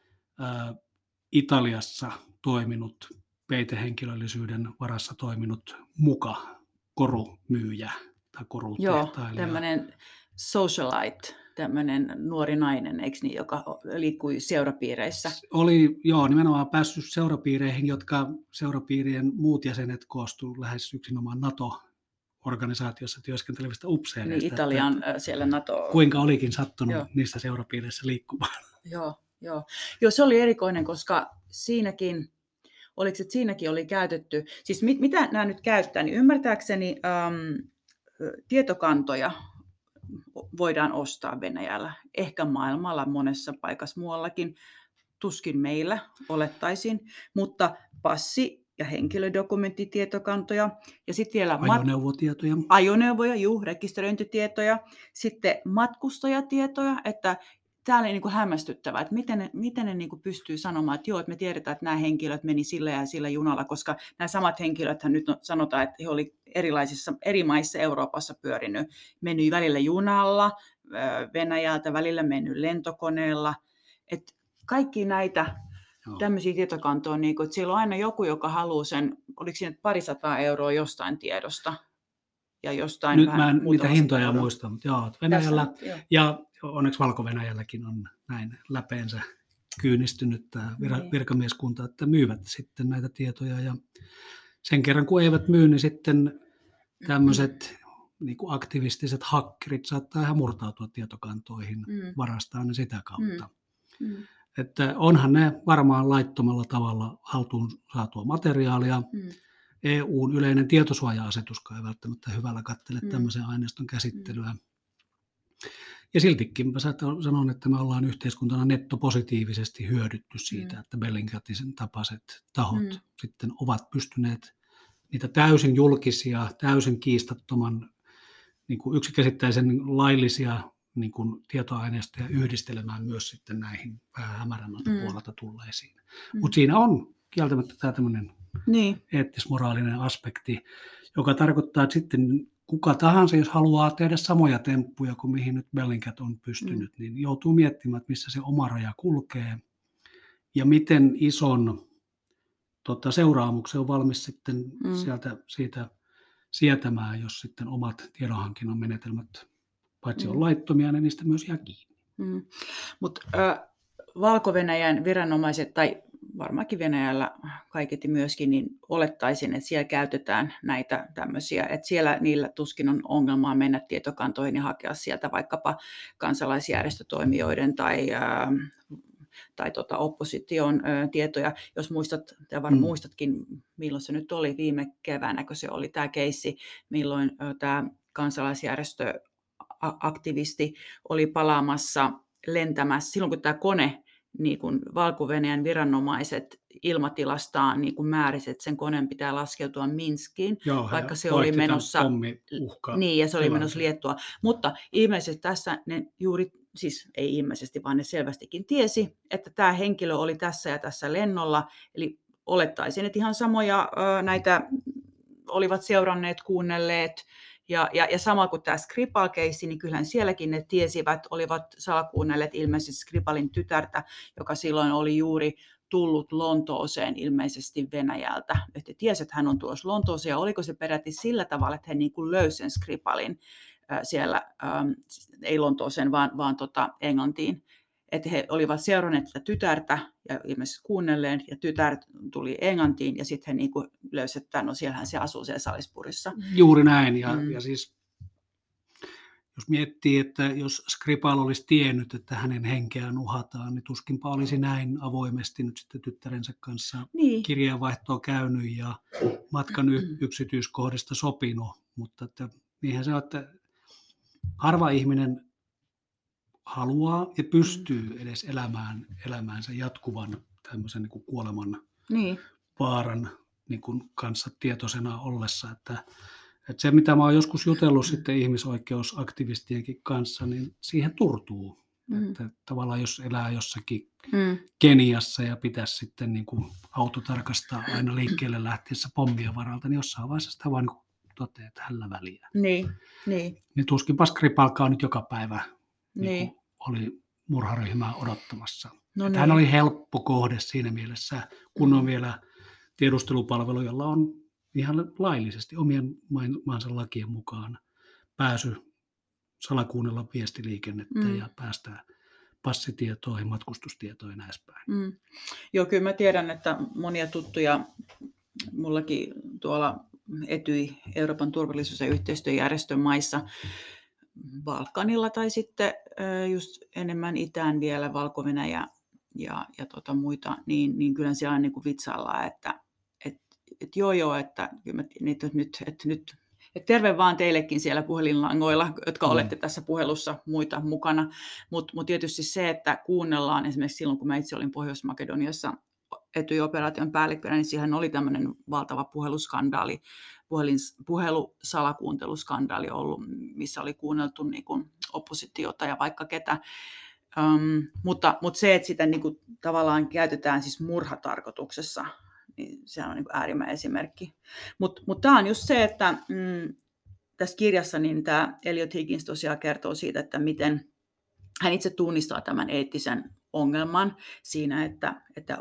Italiassa toiminut peitehenkilöllisyyden varassa toiminut korumyyjä tai korutehtailija. Joo, tämmöinen socialite, tämmöinen nuori nainen, eikö niin, joka liikkui seurapiireissä? Oli, nimenomaan päässyt seurapiireihin, jotka seurapiirien muut jäsenet koostuivat lähes yksinomaan organisaatiossa työskentelevistä Niin upseereista, Italian siellä NATO. kuinka olikin sattunut Joo. niissä seurapiireissä liikkumaan. Joo, se oli erikoinen, koska siinäkin oli käytetty, siis mitä nämä nyt käyttää, niin ymmärtääkseni tietokantoja voidaan ostaa Venäjällä, ehkä maailmalla monessa paikassa muuallakin, tuskin meillä olettaisin, mutta passi- ja henkilödokumenttitietokantoja ja sitten vielä ajoneuvoja, rekisteröintitietoja, sitten matkustajatietoja, että tämä oli niin kuin hämmästyttävää, että miten ne niin kuin pystyy sanomaan, että joo, että me tiedetään, että nämä henkilöt meni sillä ja sillä junalla, koska nämä samat henkilöthän nyt sanotaan, että he olivat eri maissa Euroopassa pyörinyt, mennyt välillä junalla, Venäjältä välillä mennyt lentokoneella, että kaikki näitä tämmöisiä tietokantoja, niin kuin, että siellä on aina joku, joka haluaa sen, oliko siinä 200 euroa jostain tiedosta ja jostain nyt vähän mä en niitä hintoja euroa. muista, mutta Venäjällä ja onneksi Valko-Venäjälläkin on näin läpeensä kyynistynyt tämä virkamieskunta, että myyvät sitten näitä tietoja ja sen kerran kun eivät myy, niin sitten tämmöiset niin kuin aktivistiset hakkerit saattaa ihan murtautua tietokantoihin, varastaa ne sitä kautta. Että onhan ne varmaan laittomalla tavalla haltuun saatua materiaalia. EUn yleinen tietosuoja-asetuskaan ei välttämättä hyvällä katsele tämmöisen aineiston käsittelyä. Ja siltikin mä sanon, että me ollaan yhteiskuntana nettopositiivisesti hyödytty siitä, että Bellingcatin tapaiset tahot sitten ovat pystyneet niitä täysin julkisia, täysin kiistattoman niin kuin yksikäsittäisen laillisia niin kuin tietoaineistoja yhdistelemään myös sitten näihin vähän hämärämmältä puolelta tulleisiin. Mutta siinä on kieltämättä tämä tämmöinen eettis-moraalinen aspekti, joka tarkoittaa, että sitten kuka tahansa, jos haluaa tehdä samoja temppuja kuin mihin nyt Bellingcat on pystynyt, niin joutuu miettimään, että missä se oma raja kulkee ja miten ison seuraamuksen on valmis sitten siitä sietämään, jos sitten omat tiedonhankinnan menetelmät paitsi on laittomia, niin niistä myös jää kiinni. Mutta Valko-Venäjän viranomaiset, tai varmaankin Venäjällä kaiketi myöskin, niin olettaisin, että siellä käytetään näitä tämmöisiä, että siellä niillä tuskin on ongelmaa mennä tietokantoihin ja hakea sieltä vaikkapa kansalaisjärjestötoimijoiden tai opposition tietoja. Jos muistat, ja varmaan muistatkin, milloin se nyt oli, viime keväänä, kun se oli tämä keissi, milloin tämä kansalaisjärjestöaktivisti oli palaamassa lentämässä, silloin kun tämä kone, niin kun Valko-Venäjän viranomaiset ilmatilastaan niin kun määräsi, että sen koneen pitää laskeutua Minskiin, vaikka se oli menossa, ja se oli menossa Liettua. Mutta ilmeisesti tässä ne juuri, siis ei ilmeisesti, vaan ne selvästikin tiesi, että tämä henkilö oli tässä ja tässä lennolla, eli olettaisin, että ihan samoja näitä olivat seuranneet, kuunnelleet, ja sama kuin tämä Skripal-keissi, niin kyllähän sielläkin ne tiesivät, olivat salakuunnelleet ilmeisesti Skripalin tytärtä, joka silloin oli juuri tullut Lontooseen ilmeisesti Venäjältä. Että tiesi, että hän on tulossa Lontooseen, ja oliko se peräti sillä tavalla, että he niin kuin löysi sen Skripalin siellä, ei Lontooseen, vaan Englantiin. Että he olivat seuranneet tätä tytärtä ja ilmeisesti kuunnelleen, ja tytär tuli Englantiin, ja sitten he niin kuin löysivät, että no siellähän se asuu siellä Salisburyssa. Juuri näin, ja siis jos miettii, että jos Skripal olisi tiennyt, että hänen henkeään uhataan, niin tuskinpa olisi näin avoimesti nyt sitten tyttärensä kanssa kirjeenvaihtoa käynyt ja matkan yksityiskohdista sopinut, mutta että niinhän se on, että harva ihminen haluaa ja pystyy edes elämään elämäänsä jatkuvan tämmöisen niin kuin kuoleman vaaran niin kuin kanssa tietoisena ollessa, että se mitä mä oon joskus jutellut sitten ihmisoikeusaktivistienkin kanssa, niin siihen turtuu. Että tavallaan jos elää jossakin Keniassa ja pitäisi sitten niin kuin auto tarkastaa aina liikkeelle lähtiessä pommien varalta, niin jossain vaiheessa sitä vaan niin toteaa, että hällä väliä. Niin tuskinpa Skripalkaa nyt joka päivä niin oli murharyhmää odottamassa. Hän oli helppo kohde siinä mielessä, kun on vielä tiedustelupalvelu, jolla on ihan laillisesti omien maansa lakien mukaan pääsy salakuunnella viestiliikennettä ja päästä passitietoihin, matkustustietoihin ja näin päin. Joo, kyllä mä tiedän, että monia tuttuja mullakin tuolla Etyj, Euroopan turvallisuus- ja yhteistyöjärjestön maissa, Balkanilla tai sitten just enemmän itään vielä, Valko-Venäjä ja muita, niin kyllä siellä niin kuin vitsaillaan, että joo, että nyt terve vaan teillekin siellä puhelinlangoilla, jotka olette tässä puhelussa muita mukana. Mutta tietysti se, että kuunnellaan esimerkiksi silloin, kun mä itse olin Pohjois-Makedoniassa Etyj-operaation päällikkönä, niin siihen oli tämmöinen valtava puhelusalakuunteluskandaali ollut, missä oli kuunneltu niin kuin oppositiota ja vaikka ketä. Mutta se, että sitä niin kuin tavallaan käytetään siis murhatarkoituksessa, niin se on niin kuin äärimmäinen esimerkki. Mutta tämä on just se, että tässä kirjassa niin tämä Eliot Higgins tosiaan kertoo siitä, että miten hän itse tunnistaa tämän eettisen ongelman siinä, että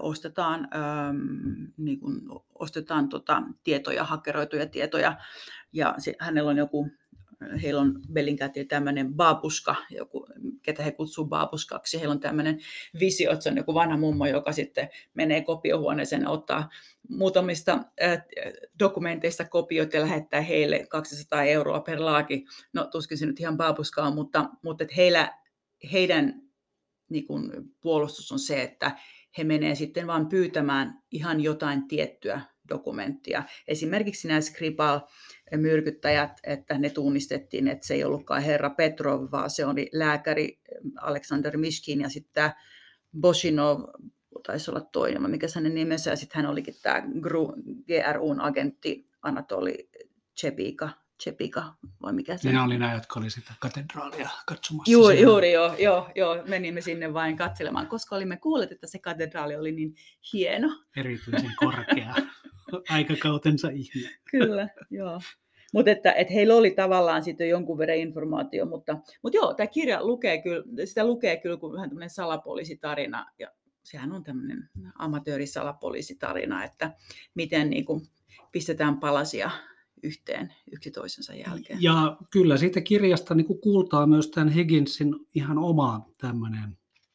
ostetaan tietoja, hakkeroituja tietoja, ja hänellä on heillä on Bellingcatilla tämmöinen babuska, ketä he kutsuu babuskaksi. Heillä on tämmöinen visio, että se on joku vanha mummo, joka sitten menee kopiohuoneeseen ja ottaa muutamista dokumenteista kopiot ja lähettää heille 200 € per laaki. No tuskin se nyt ihan babuska on, mutta että heidän niin kuin puolustus on se, että he menee sitten vaan pyytämään ihan jotain tiettyä dokumenttia. Esimerkiksi nämä Skripal-myrkyttäjät, että ne tunnistettiin, että se ei ollutkaan herra Petrov, vaan se oli lääkäri Alexander Mishkin ja sitten tämä Boshinov, taisi olla toinen, mikä hänen nimensä, ja sitten hän olikin tämä GRUn agentti Anatoli Chepika, vai mikä se? Nämä oli nämä, jotka oli sitä katedraalia katsomassa. Juuri, joo. Menimme sinne vain katselemaan, koska olimme kuulleet, että se katedraali oli niin hieno. Erityisen korkea, aikakautensa ihminen. Kyllä, joo. Mutta että heillä oli tavallaan sitten jonkun verran informaatio, mutta joo, tämä kirja lukee kyllä kuin vähän tämmöinen salapoliisitarina, ja sehän on tämmöinen amatöörisalapoliisitarina, että miten niin kuin pistetään palasia yhteen yksi toisensa jälkeen. Ja kyllä siitä kirjasta niin kuin kuultaa myös tämän Higginsin ihan oma tämmöinen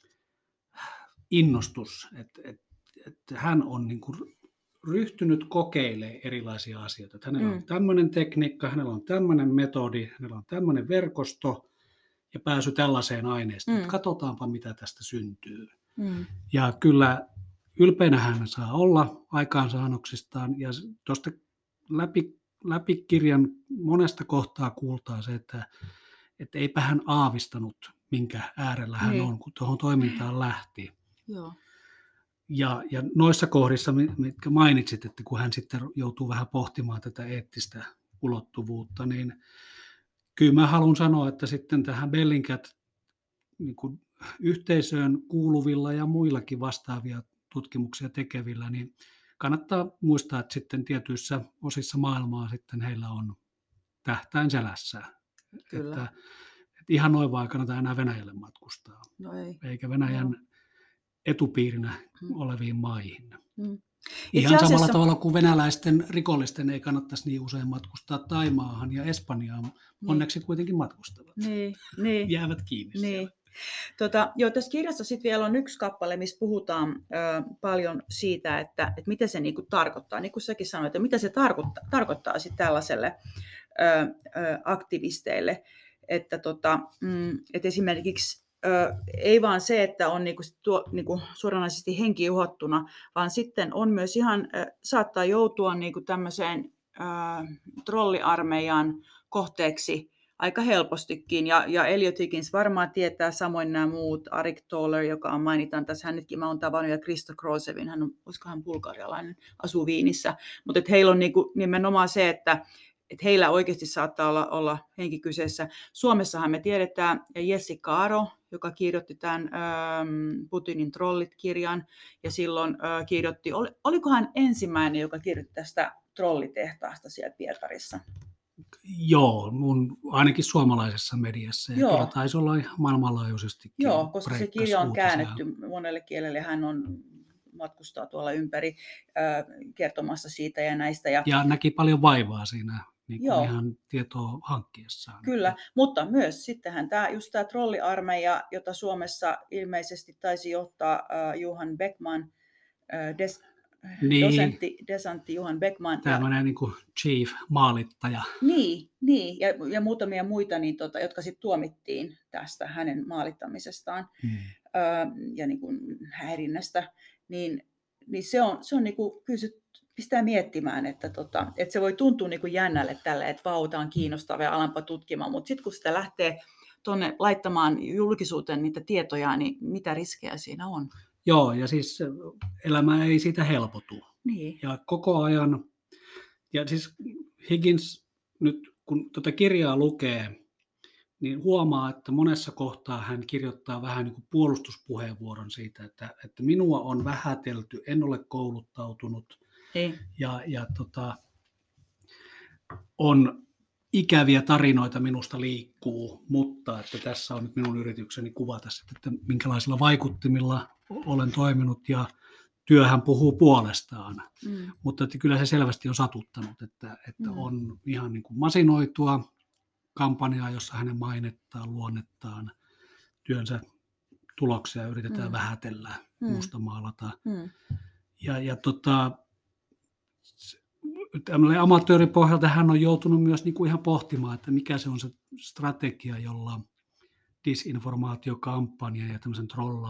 innostus, että hän on niin kuin ryhtynyt kokeilemaan erilaisia asioita. Että hänellä on tämmöinen tekniikka, hänellä on tämmöinen metodi, hänellä on tämmöinen verkosto ja pääsy tällaiseen aineistoon. Katsotaanpa, mitä tästä syntyy. Ja kyllä ylpeänä hän saa olla aikaansaannoksistaan, ja tuosta läpi kirjan monesta kohtaa kuultaa se, että eipä hän aavistanut, minkä äärellä hän on, kun tuohon toimintaan lähti. Joo. Ja noissa kohdissa, mitkä mainitsit, että kun hän sitten joutuu vähän pohtimaan tätä eettistä ulottuvuutta, niin kyllä mä haluan sanoa, että sitten tähän Bellingcat niin kuin yhteisöön kuuluvilla ja muillakin vastaavia tutkimuksia tekevillä, niin kannattaa muistaa, että sitten tietyissä osissa maailmaa sitten heillä on tähtäin selässä. Että ihan noin vaan kannata enää Venäjälle matkustaa, eikä Venäjän etupiirinä oleviin maihin. Ihan samalla tavalla kuin venäläisten rikollisten ei kannattaisi niin usein matkustaa Taimaahan ja Espanjaan. Onneksi kuitenkin matkustavat. Niin. Jäävät kiinni siellä. Tässä kirjassa sitten vielä on yksi kappale, missä puhutaan paljon siitä, että mitä se niinku tarkoittaa. Niin kuin säkin sanoit, että mitä se tarkoittaa sitten tällaiselle aktivisteille. Että esimerkiksi ei vaan se, että on niinku suoranaisesti henki uhattuna, vaan sitten on myös ihan, saattaa joutua niinku tämmöiseen trolliarmeijan kohteeksi aika helpostikin, ja Eliot Higgins varmaan tietää, samoin nämä muut, Arik Toller, joka mainitaan tässä, hänetkin mä oon tavannut, ja Christo Krosevin, olisiko hän bulgarialainen, asuu Viinissä, mutta heillä on niinku nimenomaan se, että heillä oikeasti saattaa olla henki kyseessä. Suomessahan me tiedetään Jessica Aro, joka kirjoitti tämän Putinin trollit-kirjan, ja silloin kirjoitti, oliko hän ensimmäinen, joka kirjoitti tästä trollitehtaasta siellä Pietarissa? Joo, ainakin suomalaisessa mediassa, ja kyllä taisi olla ihan maailmanlaajuisestikin. Joo, koska se kirja on käännetty monelle kielelle, hän matkustaa tuolla ympäri kertomassa siitä ja näistä. Ja näki paljon vaivaa siinä niin ihan tietoa hankkiessaan. Kyllä, mutta myös sittenhän tämä trolliarmeija, jota Suomessa ilmeisesti taisi johtaa Johan Beckman, Niin, dosentti Johan Beckman. tämmöinen niin kuin chief-maalittaja. Niin, ja muutamia muita, niin jotka sitten tuomittiin tästä hänen maalittamisestaan ja niin kuin häirinnästä, niin se on niin kuin, kyllä se pistää miettimään, että se voi tuntua niin kuin jännälle tälle, että vau, tämä on kiinnostavaa ja alanpa tutkimaan, mutta sitten kun sitä lähtee tuonne laittamaan julkisuuteen niitä tietoja, niin mitä riskejä siinä on? Joo, ja siis elämä ei siitä helpotu. Niin. Ja koko ajan, ja siis Higgins nyt kun tuota kirjaa lukee, niin huomaa, että monessa kohtaa hän kirjoittaa vähän niin kuin puolustuspuheenvuoron siitä, että minua on vähätelty, en ole kouluttautunut ja on ikäviä tarinoita minusta liikkuu, mutta että tässä on nyt minun yritykseni kuvata sitten, että minkälaisilla vaikuttimilla olen toiminut ja työhän puhuu puolestaan, mutta että kyllä se selvästi on satuttanut, että on ihan niin kuin masinoitua kampanjaa, jossa hänen mainettaan, luonnettaan, työnsä tuloksia yritetään vähätellä, mustamaalata. Ja tämmöinen amatööripohjalta hän on joutunut myös niin kuin ihan pohtimaan, että mikä se on se strategia, jolla disinformaatiokampanja ja tämmöisen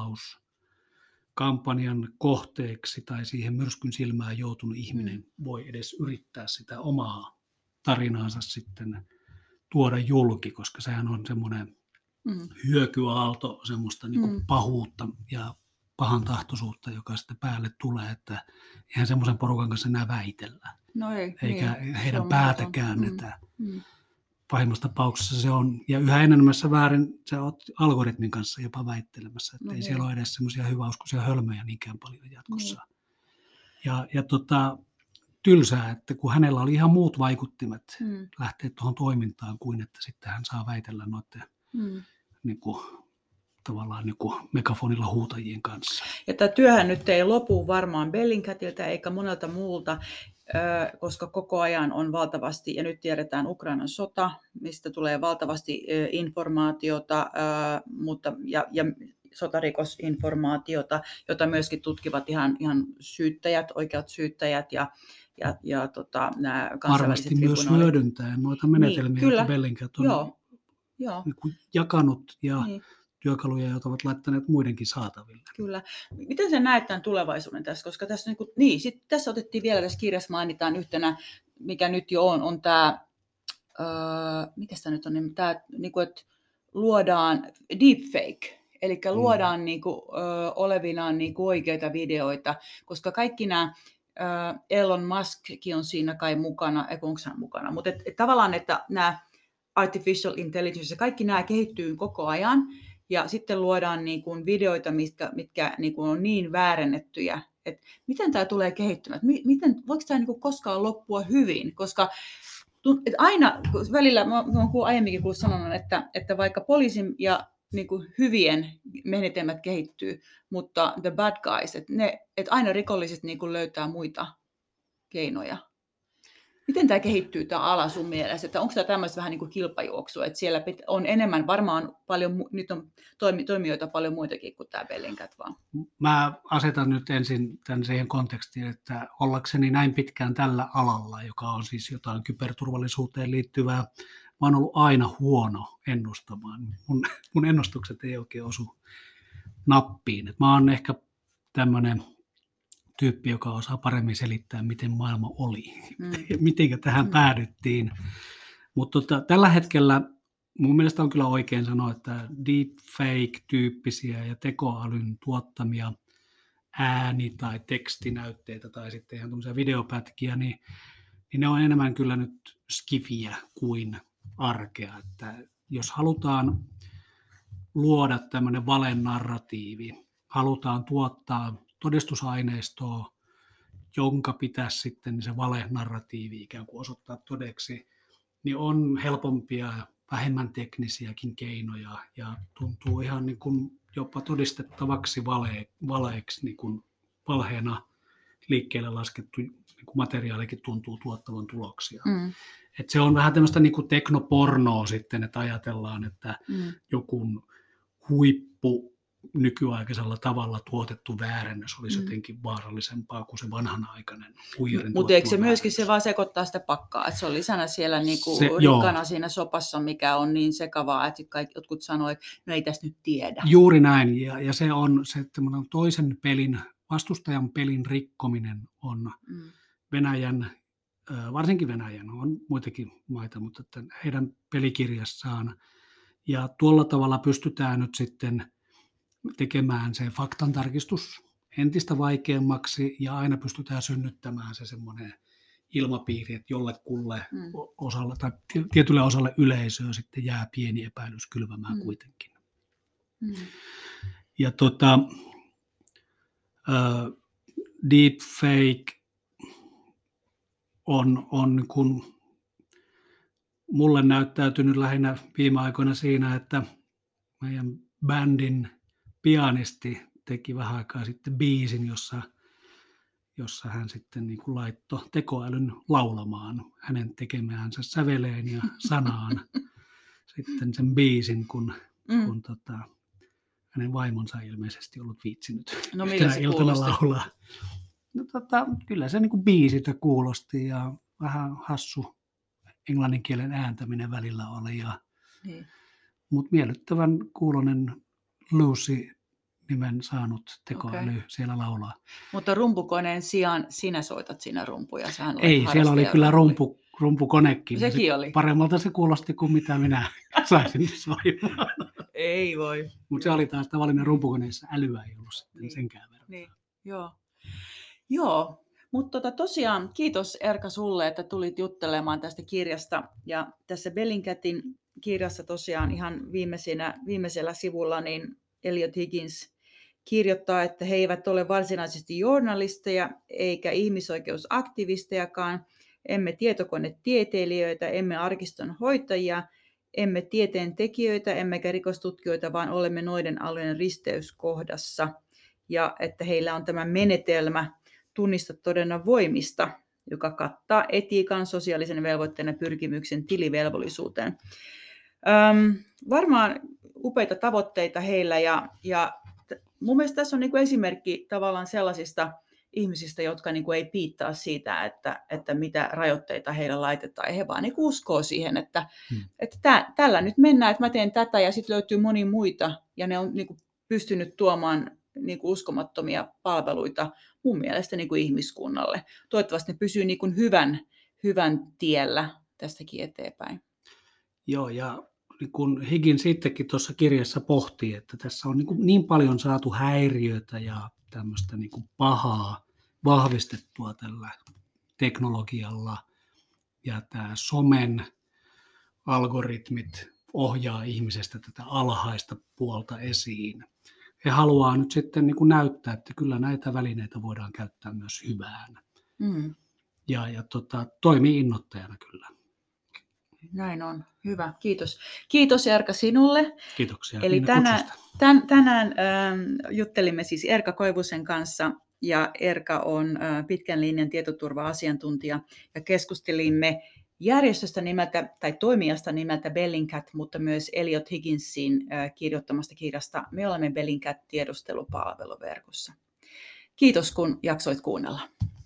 trollauskampanjan kohteeksi tai siihen myrskyn silmään joutunut ihminen voi edes yrittää sitä omaa tarinaansa sitten tuoda julki, koska sehän on semmoinen hyökyaalto, semmoista niin kuin pahuutta ja pahan tahtoisuutta, joka sitten päälle tulee, että eihän semmoisen porukan kanssa enää väitellä. No ei, eikä heidän se päätä käännetä. Pahimmassa tapauksessa se on, ja yhä enemmässä väärin sä oot algoritmin kanssa jopa väittelemässä, että ei siellä ole edes semmoisia hyväuskoisia hölmöjä niinkään paljon jatkossa. Ja tylsää, että kun hänellä oli ihan muut vaikuttimet lähteä tuohon toimintaan, kuin että sitten hän saa väitellä noiden niin kuin, tavallaan niin kuin megafonilla huutajien kanssa. Ja tämä työhän nyt ei lopu varmaan Bellingcatilta eikä monelta muulta, koska koko ajan on valtavasti, ja nyt tiedetään Ukrainan sota, mistä tulee valtavasti informaatiota ja sotarikosinformaatiota, jota myöskin tutkivat ihan syyttäjät, oikeat syyttäjät ja nämä kansainväliset tribunaalit. Varmasti myös hyödyntäen noita menetelmiä, joita Bellingcat on jakanut ja työkaluja, joita ovat laittaneet muidenkin saataville. Kyllä. Miten sä näet tämän tulevaisuuden tässä? Koska tässä, tässä otettiin vielä, tässä kirjassa mainitaan yhtenä, mikä nyt jo on tämä, mitä tämä nyt on, tämä, että luodaan deepfake, eli luodaan olevinaan oikeita videoita, koska kaikki nämä, Elon Muskkin on siinä kai mukana, onko hän mukana, mutta tavallaan, että nämä artificial intelligence ja kaikki nämä kehittyy koko ajan, ja sitten luodaan videoita, mitkä on niin väärennettyjä, että miten tämä tulee kehittymään, voiko tämä koskaan loppua hyvin, koska aina välillä, mä olen aiemminkin sanonut, että vaikka poliisin ja hyvien menetelmät kehittyy, mutta the bad guys, että aina rikolliset löytää muita keinoja. Miten tämä kehittyy tämä ala sun mielestä? Että onko tämä tämmöistä vähän niin kuin kilpajuoksua, että siellä on enemmän, varmaan paljon, nyt on toimijoita paljon muitakin kuin tämä Bellingcat vaan? Mä asetan nyt ensin tämän siihen kontekstiin, että ollakseni näin pitkään tällä alalla, joka on siis jotain kyberturvallisuuteen liittyvää, mä oon ollut aina huono ennustamaan. Mun ennustukset ei oikein osu nappiin. Mä oon ehkä tämmöinen tyyppi, joka osaa paremmin selittää, miten maailma oli, miten tähän päädyttiin. Mutta tällä hetkellä mun mielestä on kyllä oikein sanoa, että deepfake-tyyppisiä ja tekoälyn tuottamia ääni- tai tekstinäytteitä tai sitten ihan tämmöisiä videopätkiä, niin ne on enemmän kyllä nyt skifiä kuin arkea. Että jos halutaan luoda tämmöinen valenarratiivi, halutaan tuottaa todistusaineistoa, jonka pitäisi sitten se valenarratiivi ikään kuin osoittaa todeksi, niin on helpompia ja vähemmän teknisiäkin keinoja ja tuntuu ihan niin kuin jopa todistettavaksi valeeksi, niin kuin valheena liikkeelle laskettu niin kuin materiaalikin tuntuu tuottavan tuloksia. Et se on vähän tämmöistä niin kuin teknopornoa sitten, että ajatellaan, että joku huippu nykyaikaisella tavalla tuotettu väärennös olisi jotenkin vaarallisempaa kuin se vanhanaikainen huijarin Mutta eikö se tuottama myöskin väärennös. se vaan sekoittaa sitä pakkaa, että se on lisänä siellä niinku Joo. rikana siinä sopassa, mikä on niin sekavaa, että jotkut sanoo, että no ei tästä nyt tiedä. Juuri näin, ja se on se toisen pelin, vastustajan pelin rikkominen on Venäjän, varsinkin Venäjän, on muitakin maita, mutta että heidän pelikirjassaan. Ja tuolla tavalla pystytään nyt sitten tekemään se faktantarkistus entistä vaikeammaksi, ja aina pystytään synnyttämään se semmoinen ilmapiiri, että jollekulle osalle tai tietylle osalle yleisöä sitten jää pieni epäilys kylvämään kuitenkin. Ja deepfake on kun mulle näyttäytynyt lähinnä viime aikoina siinä, että meidän bändin pianisti teki vähän aikaa sitten biisin, jossa hän sitten niin kuin laittoi tekoälyn laulamaan hänen tekemäänsä säveleen ja sanaan sitten sen biisin, kun hänen vaimonsa ei ilmeisesti ollut viitsinyt yhtenä iltana laulaa. No, kyllä se niin kuin biisiltä kuulosti ja vähän hassu englannin kielen ääntäminen välillä oli. Mutta miellyttävän kuulonen Lucy-nimen saanut tekoäly siellä laulaa. Mutta rumpukoneen sijaan sinä soitat siinä rumpuja? Ei, siellä oli kyllä rumpukonekin. Sekin oli. Paremmalta se kuulosti kuin mitä minä saisin soimaan. Ei voi. Mutta se oli taas tavallinen rumpukoneessa, älyä ei ollut sitten senkään verran. Niin. Joo. Mutta tosiaan kiitos Erka sulle, että tulit juttelemaan tästä kirjasta. Ja tässä Bellingcatin kirjassa tosiaan ihan viimeisellä sivulla niin Eliot Higgins kirjoittaa, että he eivät ole varsinaisesti journalisteja eikä ihmisoikeusaktivistejakaan, emme tietokonetieteilijöitä, emme arkiston hoitajia, emme tieteen tekijöitä, emmekä rikostutkijoita, vaan olemme noiden alojen risteyskohdassa. Ja että heillä on tämä menetelmä tunnista todennan voimista, joka kattaa etiikan, sosiaalisen velvoitteen ja pyrkimyksen tilivelvollisuuteen. Varmaan upeita tavoitteita heillä ja mun mielestä tässä on niin kuin esimerkki tavallaan sellaisista ihmisistä, jotka niin kuin ei piittaa siitä, että mitä rajoitteita heillä laitetaan. He vaan niin kuin uskoo siihen, että tällä nyt mennään, että mä teen tätä ja sitten löytyy moni muita ja ne on niin kuin pystynyt tuomaan niin kuin uskomattomia palveluita mun mielestä niin kuin ihmiskunnalle. Toivottavasti ne pysyy niin kuin hyvän tiellä tästäkin eteenpäin. Joo, ja kun Higgins sittenkin tuossa kirjassa pohtii, että tässä on niin paljon saatu häiriötä ja tämmöistä niin kuin pahaa vahvistettua tällä teknologialla, ja tämä somen algoritmit ohjaa ihmisestä tätä alhaista puolta esiin. He haluaa nyt sitten niin kuin näyttää, että kyllä näitä välineitä voidaan käyttää myös hyvään. Ja toimii innoittajana kyllä. Näin on. Hyvä. Kiitos. Kiitos Erka sinulle. Kiitoksia. Eli tänään juttelimme siis Erka Koivusen kanssa, ja Erka on pitkän linjan tietoturva-asiantuntija, ja keskustelimme järjestöstä nimeltä tai toimijasta nimeltä Bellingcat, mutta myös Eliot Higginsin kirjoittamasta kirjasta Me olemme Bellingcat -tiedustelupalveluverkossa. Kiitos kun jaksoit kuunnella.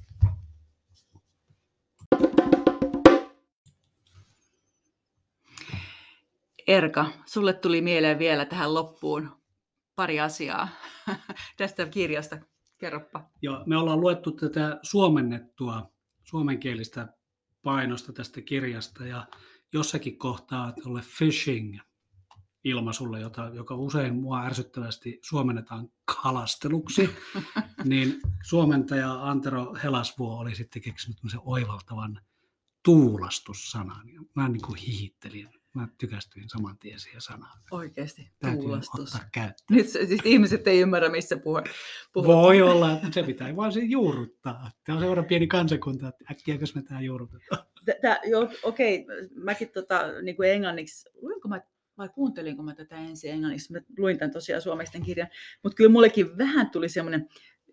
Erka, sulle tuli mieleen vielä tähän loppuun pari asiaa tästä kirjasta. Kerropa. Joo, me ollaan luettu tätä suomennettua, suomenkielistä painosta tästä kirjasta, ja jossakin kohtaa tuolle phishing-ilmaisulle, joka usein mua ärsyttävästi suomennetaan kalasteluksi, niin suomentaja Antero Helasvuo oli sitten keksinyt tämmöisen oivaltavan tuulastussanan. Mä niin kuin hihittelin. Mä tykästyin saman tien siihen sanaan. Oikeasti, täytyy tuulastus. Ottaa käyttöön. Nyt siis ihmiset ei ymmärrä, missä puhut. Voi olla, että se pitää vaan sen juurruttaa. Tämä on sellainen pieni kansakunta, että äkkiäkös me tämä juurrutetaan. Okei, mäkin niin kuin englanniksi, luinko mä vai kuuntelinko mä tätä ensin englanniksi? Mä luin tämän tosiaan suomeksi kirjan, mutta kyllä mullekin vähän tuli semmoinen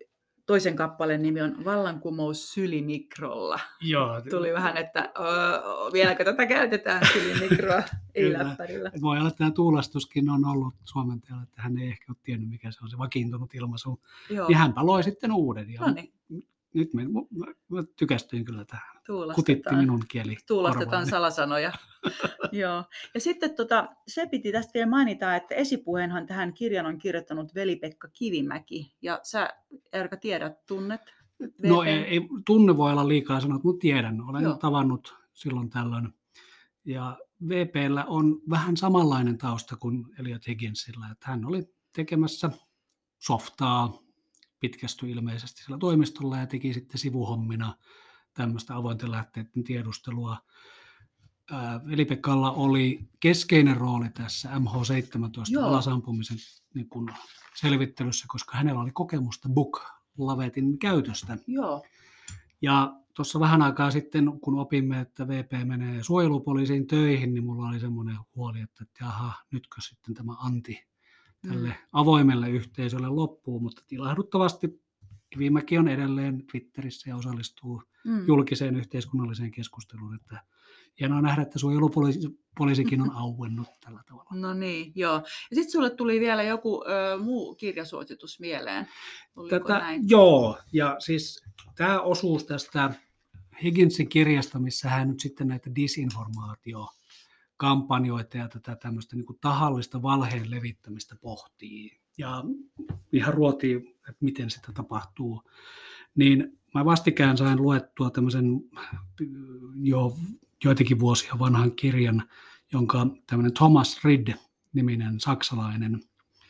toisen kappaleen nimi on Vallankumous sylimikrolla. Joo. Tuli vähän, että vieläkö tätä käytetään sylimikroa, ei Kyllä. läppärillä. Et voi olla, että tämä tuulastuskin on ollut suomentajalla, että hän ei ehkä ole tiennyt, mikä se on se vakiintunut ilmaisu. Joo. Ja hänpä loi sitten uuden. Ja Noniin. nyt mä tykästyin kyllä tähän. Tuulastetaan. Kutitti minun kieli. Tuulastetaan korvaani. salasanoja. Joo. Ja sitten se piti tästä vielä mainita, että esipuheenhan tähän kirjan on kirjoittanut Veli-Pekka Kivimäki. Ja sä, Erika, tunnet VP? No ei, tunne voi olla liikaa sanottu, mutta tiedän. Olen Joo. tavannut silloin tällöin. Ja VP:llä on vähän samanlainen tausta kuin Elliot Higginsillä. Että hän oli tekemässä softaa, pitkästyi ilmeisesti sillä toimistolla ja teki sitten sivuhommina tämmöistä avointen lähteiden tiedustelua. Veli-Pekalla oli keskeinen rooli tässä MH17 alasampumisen niin kuin selvittelyssä, koska hänellä oli kokemusta Buk-lavetin käytöstä. Joo. Ja tuossa vähän aikaa sitten, kun opimme, että VP menee suojelupoliisiin töihin, niin mulla oli semmoinen huoli, että jaha, nytkö sitten tämä anti tälle avoimelle yhteisölle loppuu, mutta ilahduttavasti Kivimäki on edelleen Twitterissä ja osallistuu julkiseen yhteiskunnalliseen keskusteluun, että hienoa nähdä, että suojelupoliisikin on auennut tällä tavalla. No niin, joo. Ja sitten sulle tuli vielä joku muu kirjasuositus mieleen. Oliko näin? Joo, ja siis tämä osuus tästä Higginsin kirjasta, missä hän nyt sitten näitä disinformaatiokampanjoita ja tätä tämmöistä niin kuin tahallista valheen levittämistä pohtii. Ja ihan ruotii, että miten sitä tapahtuu. Niin mä vastikään sain luettua tämmöisen jo joitakin vuosia vanhan kirjan, jonka tämmöinen Thomas Rid-niminen saksalainen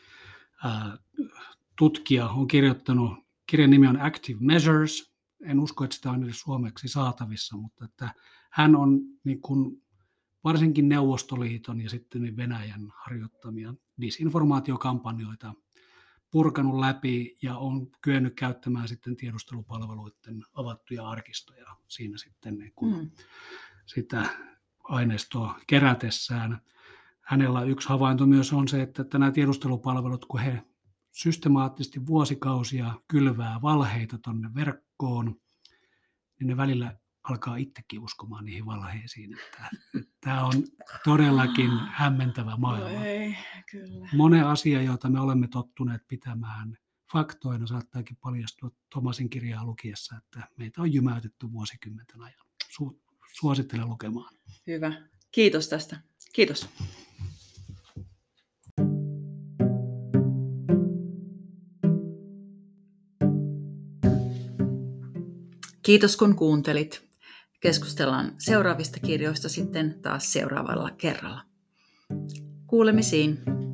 tutkija on kirjoittanut. Kirjan nimi on Active Measures. En usko, että sitä on edes suomeksi saatavissa, mutta että hän on niin kuin varsinkin Neuvostoliiton ja sitten Venäjän harjoittamia disinformaatiokampanjoita purkanut läpi ja on kyennyt käyttämään sitten tiedustelupalveluiden avattuja arkistoja siinä sitten niin kuin sitä aineistoa kerätessään. Hänellä yksi havainto myös on se, että nämä tiedustelupalvelut, kun he systemaattisesti vuosikausia kylvää valheita tuonne verkkoon, niin ne välillä alkaa itsekin uskomaan niihin valheisiin. Tämä on todellakin hämmentävä maailma. Ei, kyllä. Monen asia, jota me olemme tottuneet pitämään faktoina, saattaakin paljastua Thomasin kirjaa lukiessa, että meitä on jymäytetty vuosikymmenten ajan. Suosittelen lukemaan. Hyvä. Kiitos tästä. Kiitos. Kiitos kun kuuntelit. Keskustellaan seuraavista kirjoista sitten taas seuraavalla kerralla. Kuulemisiin.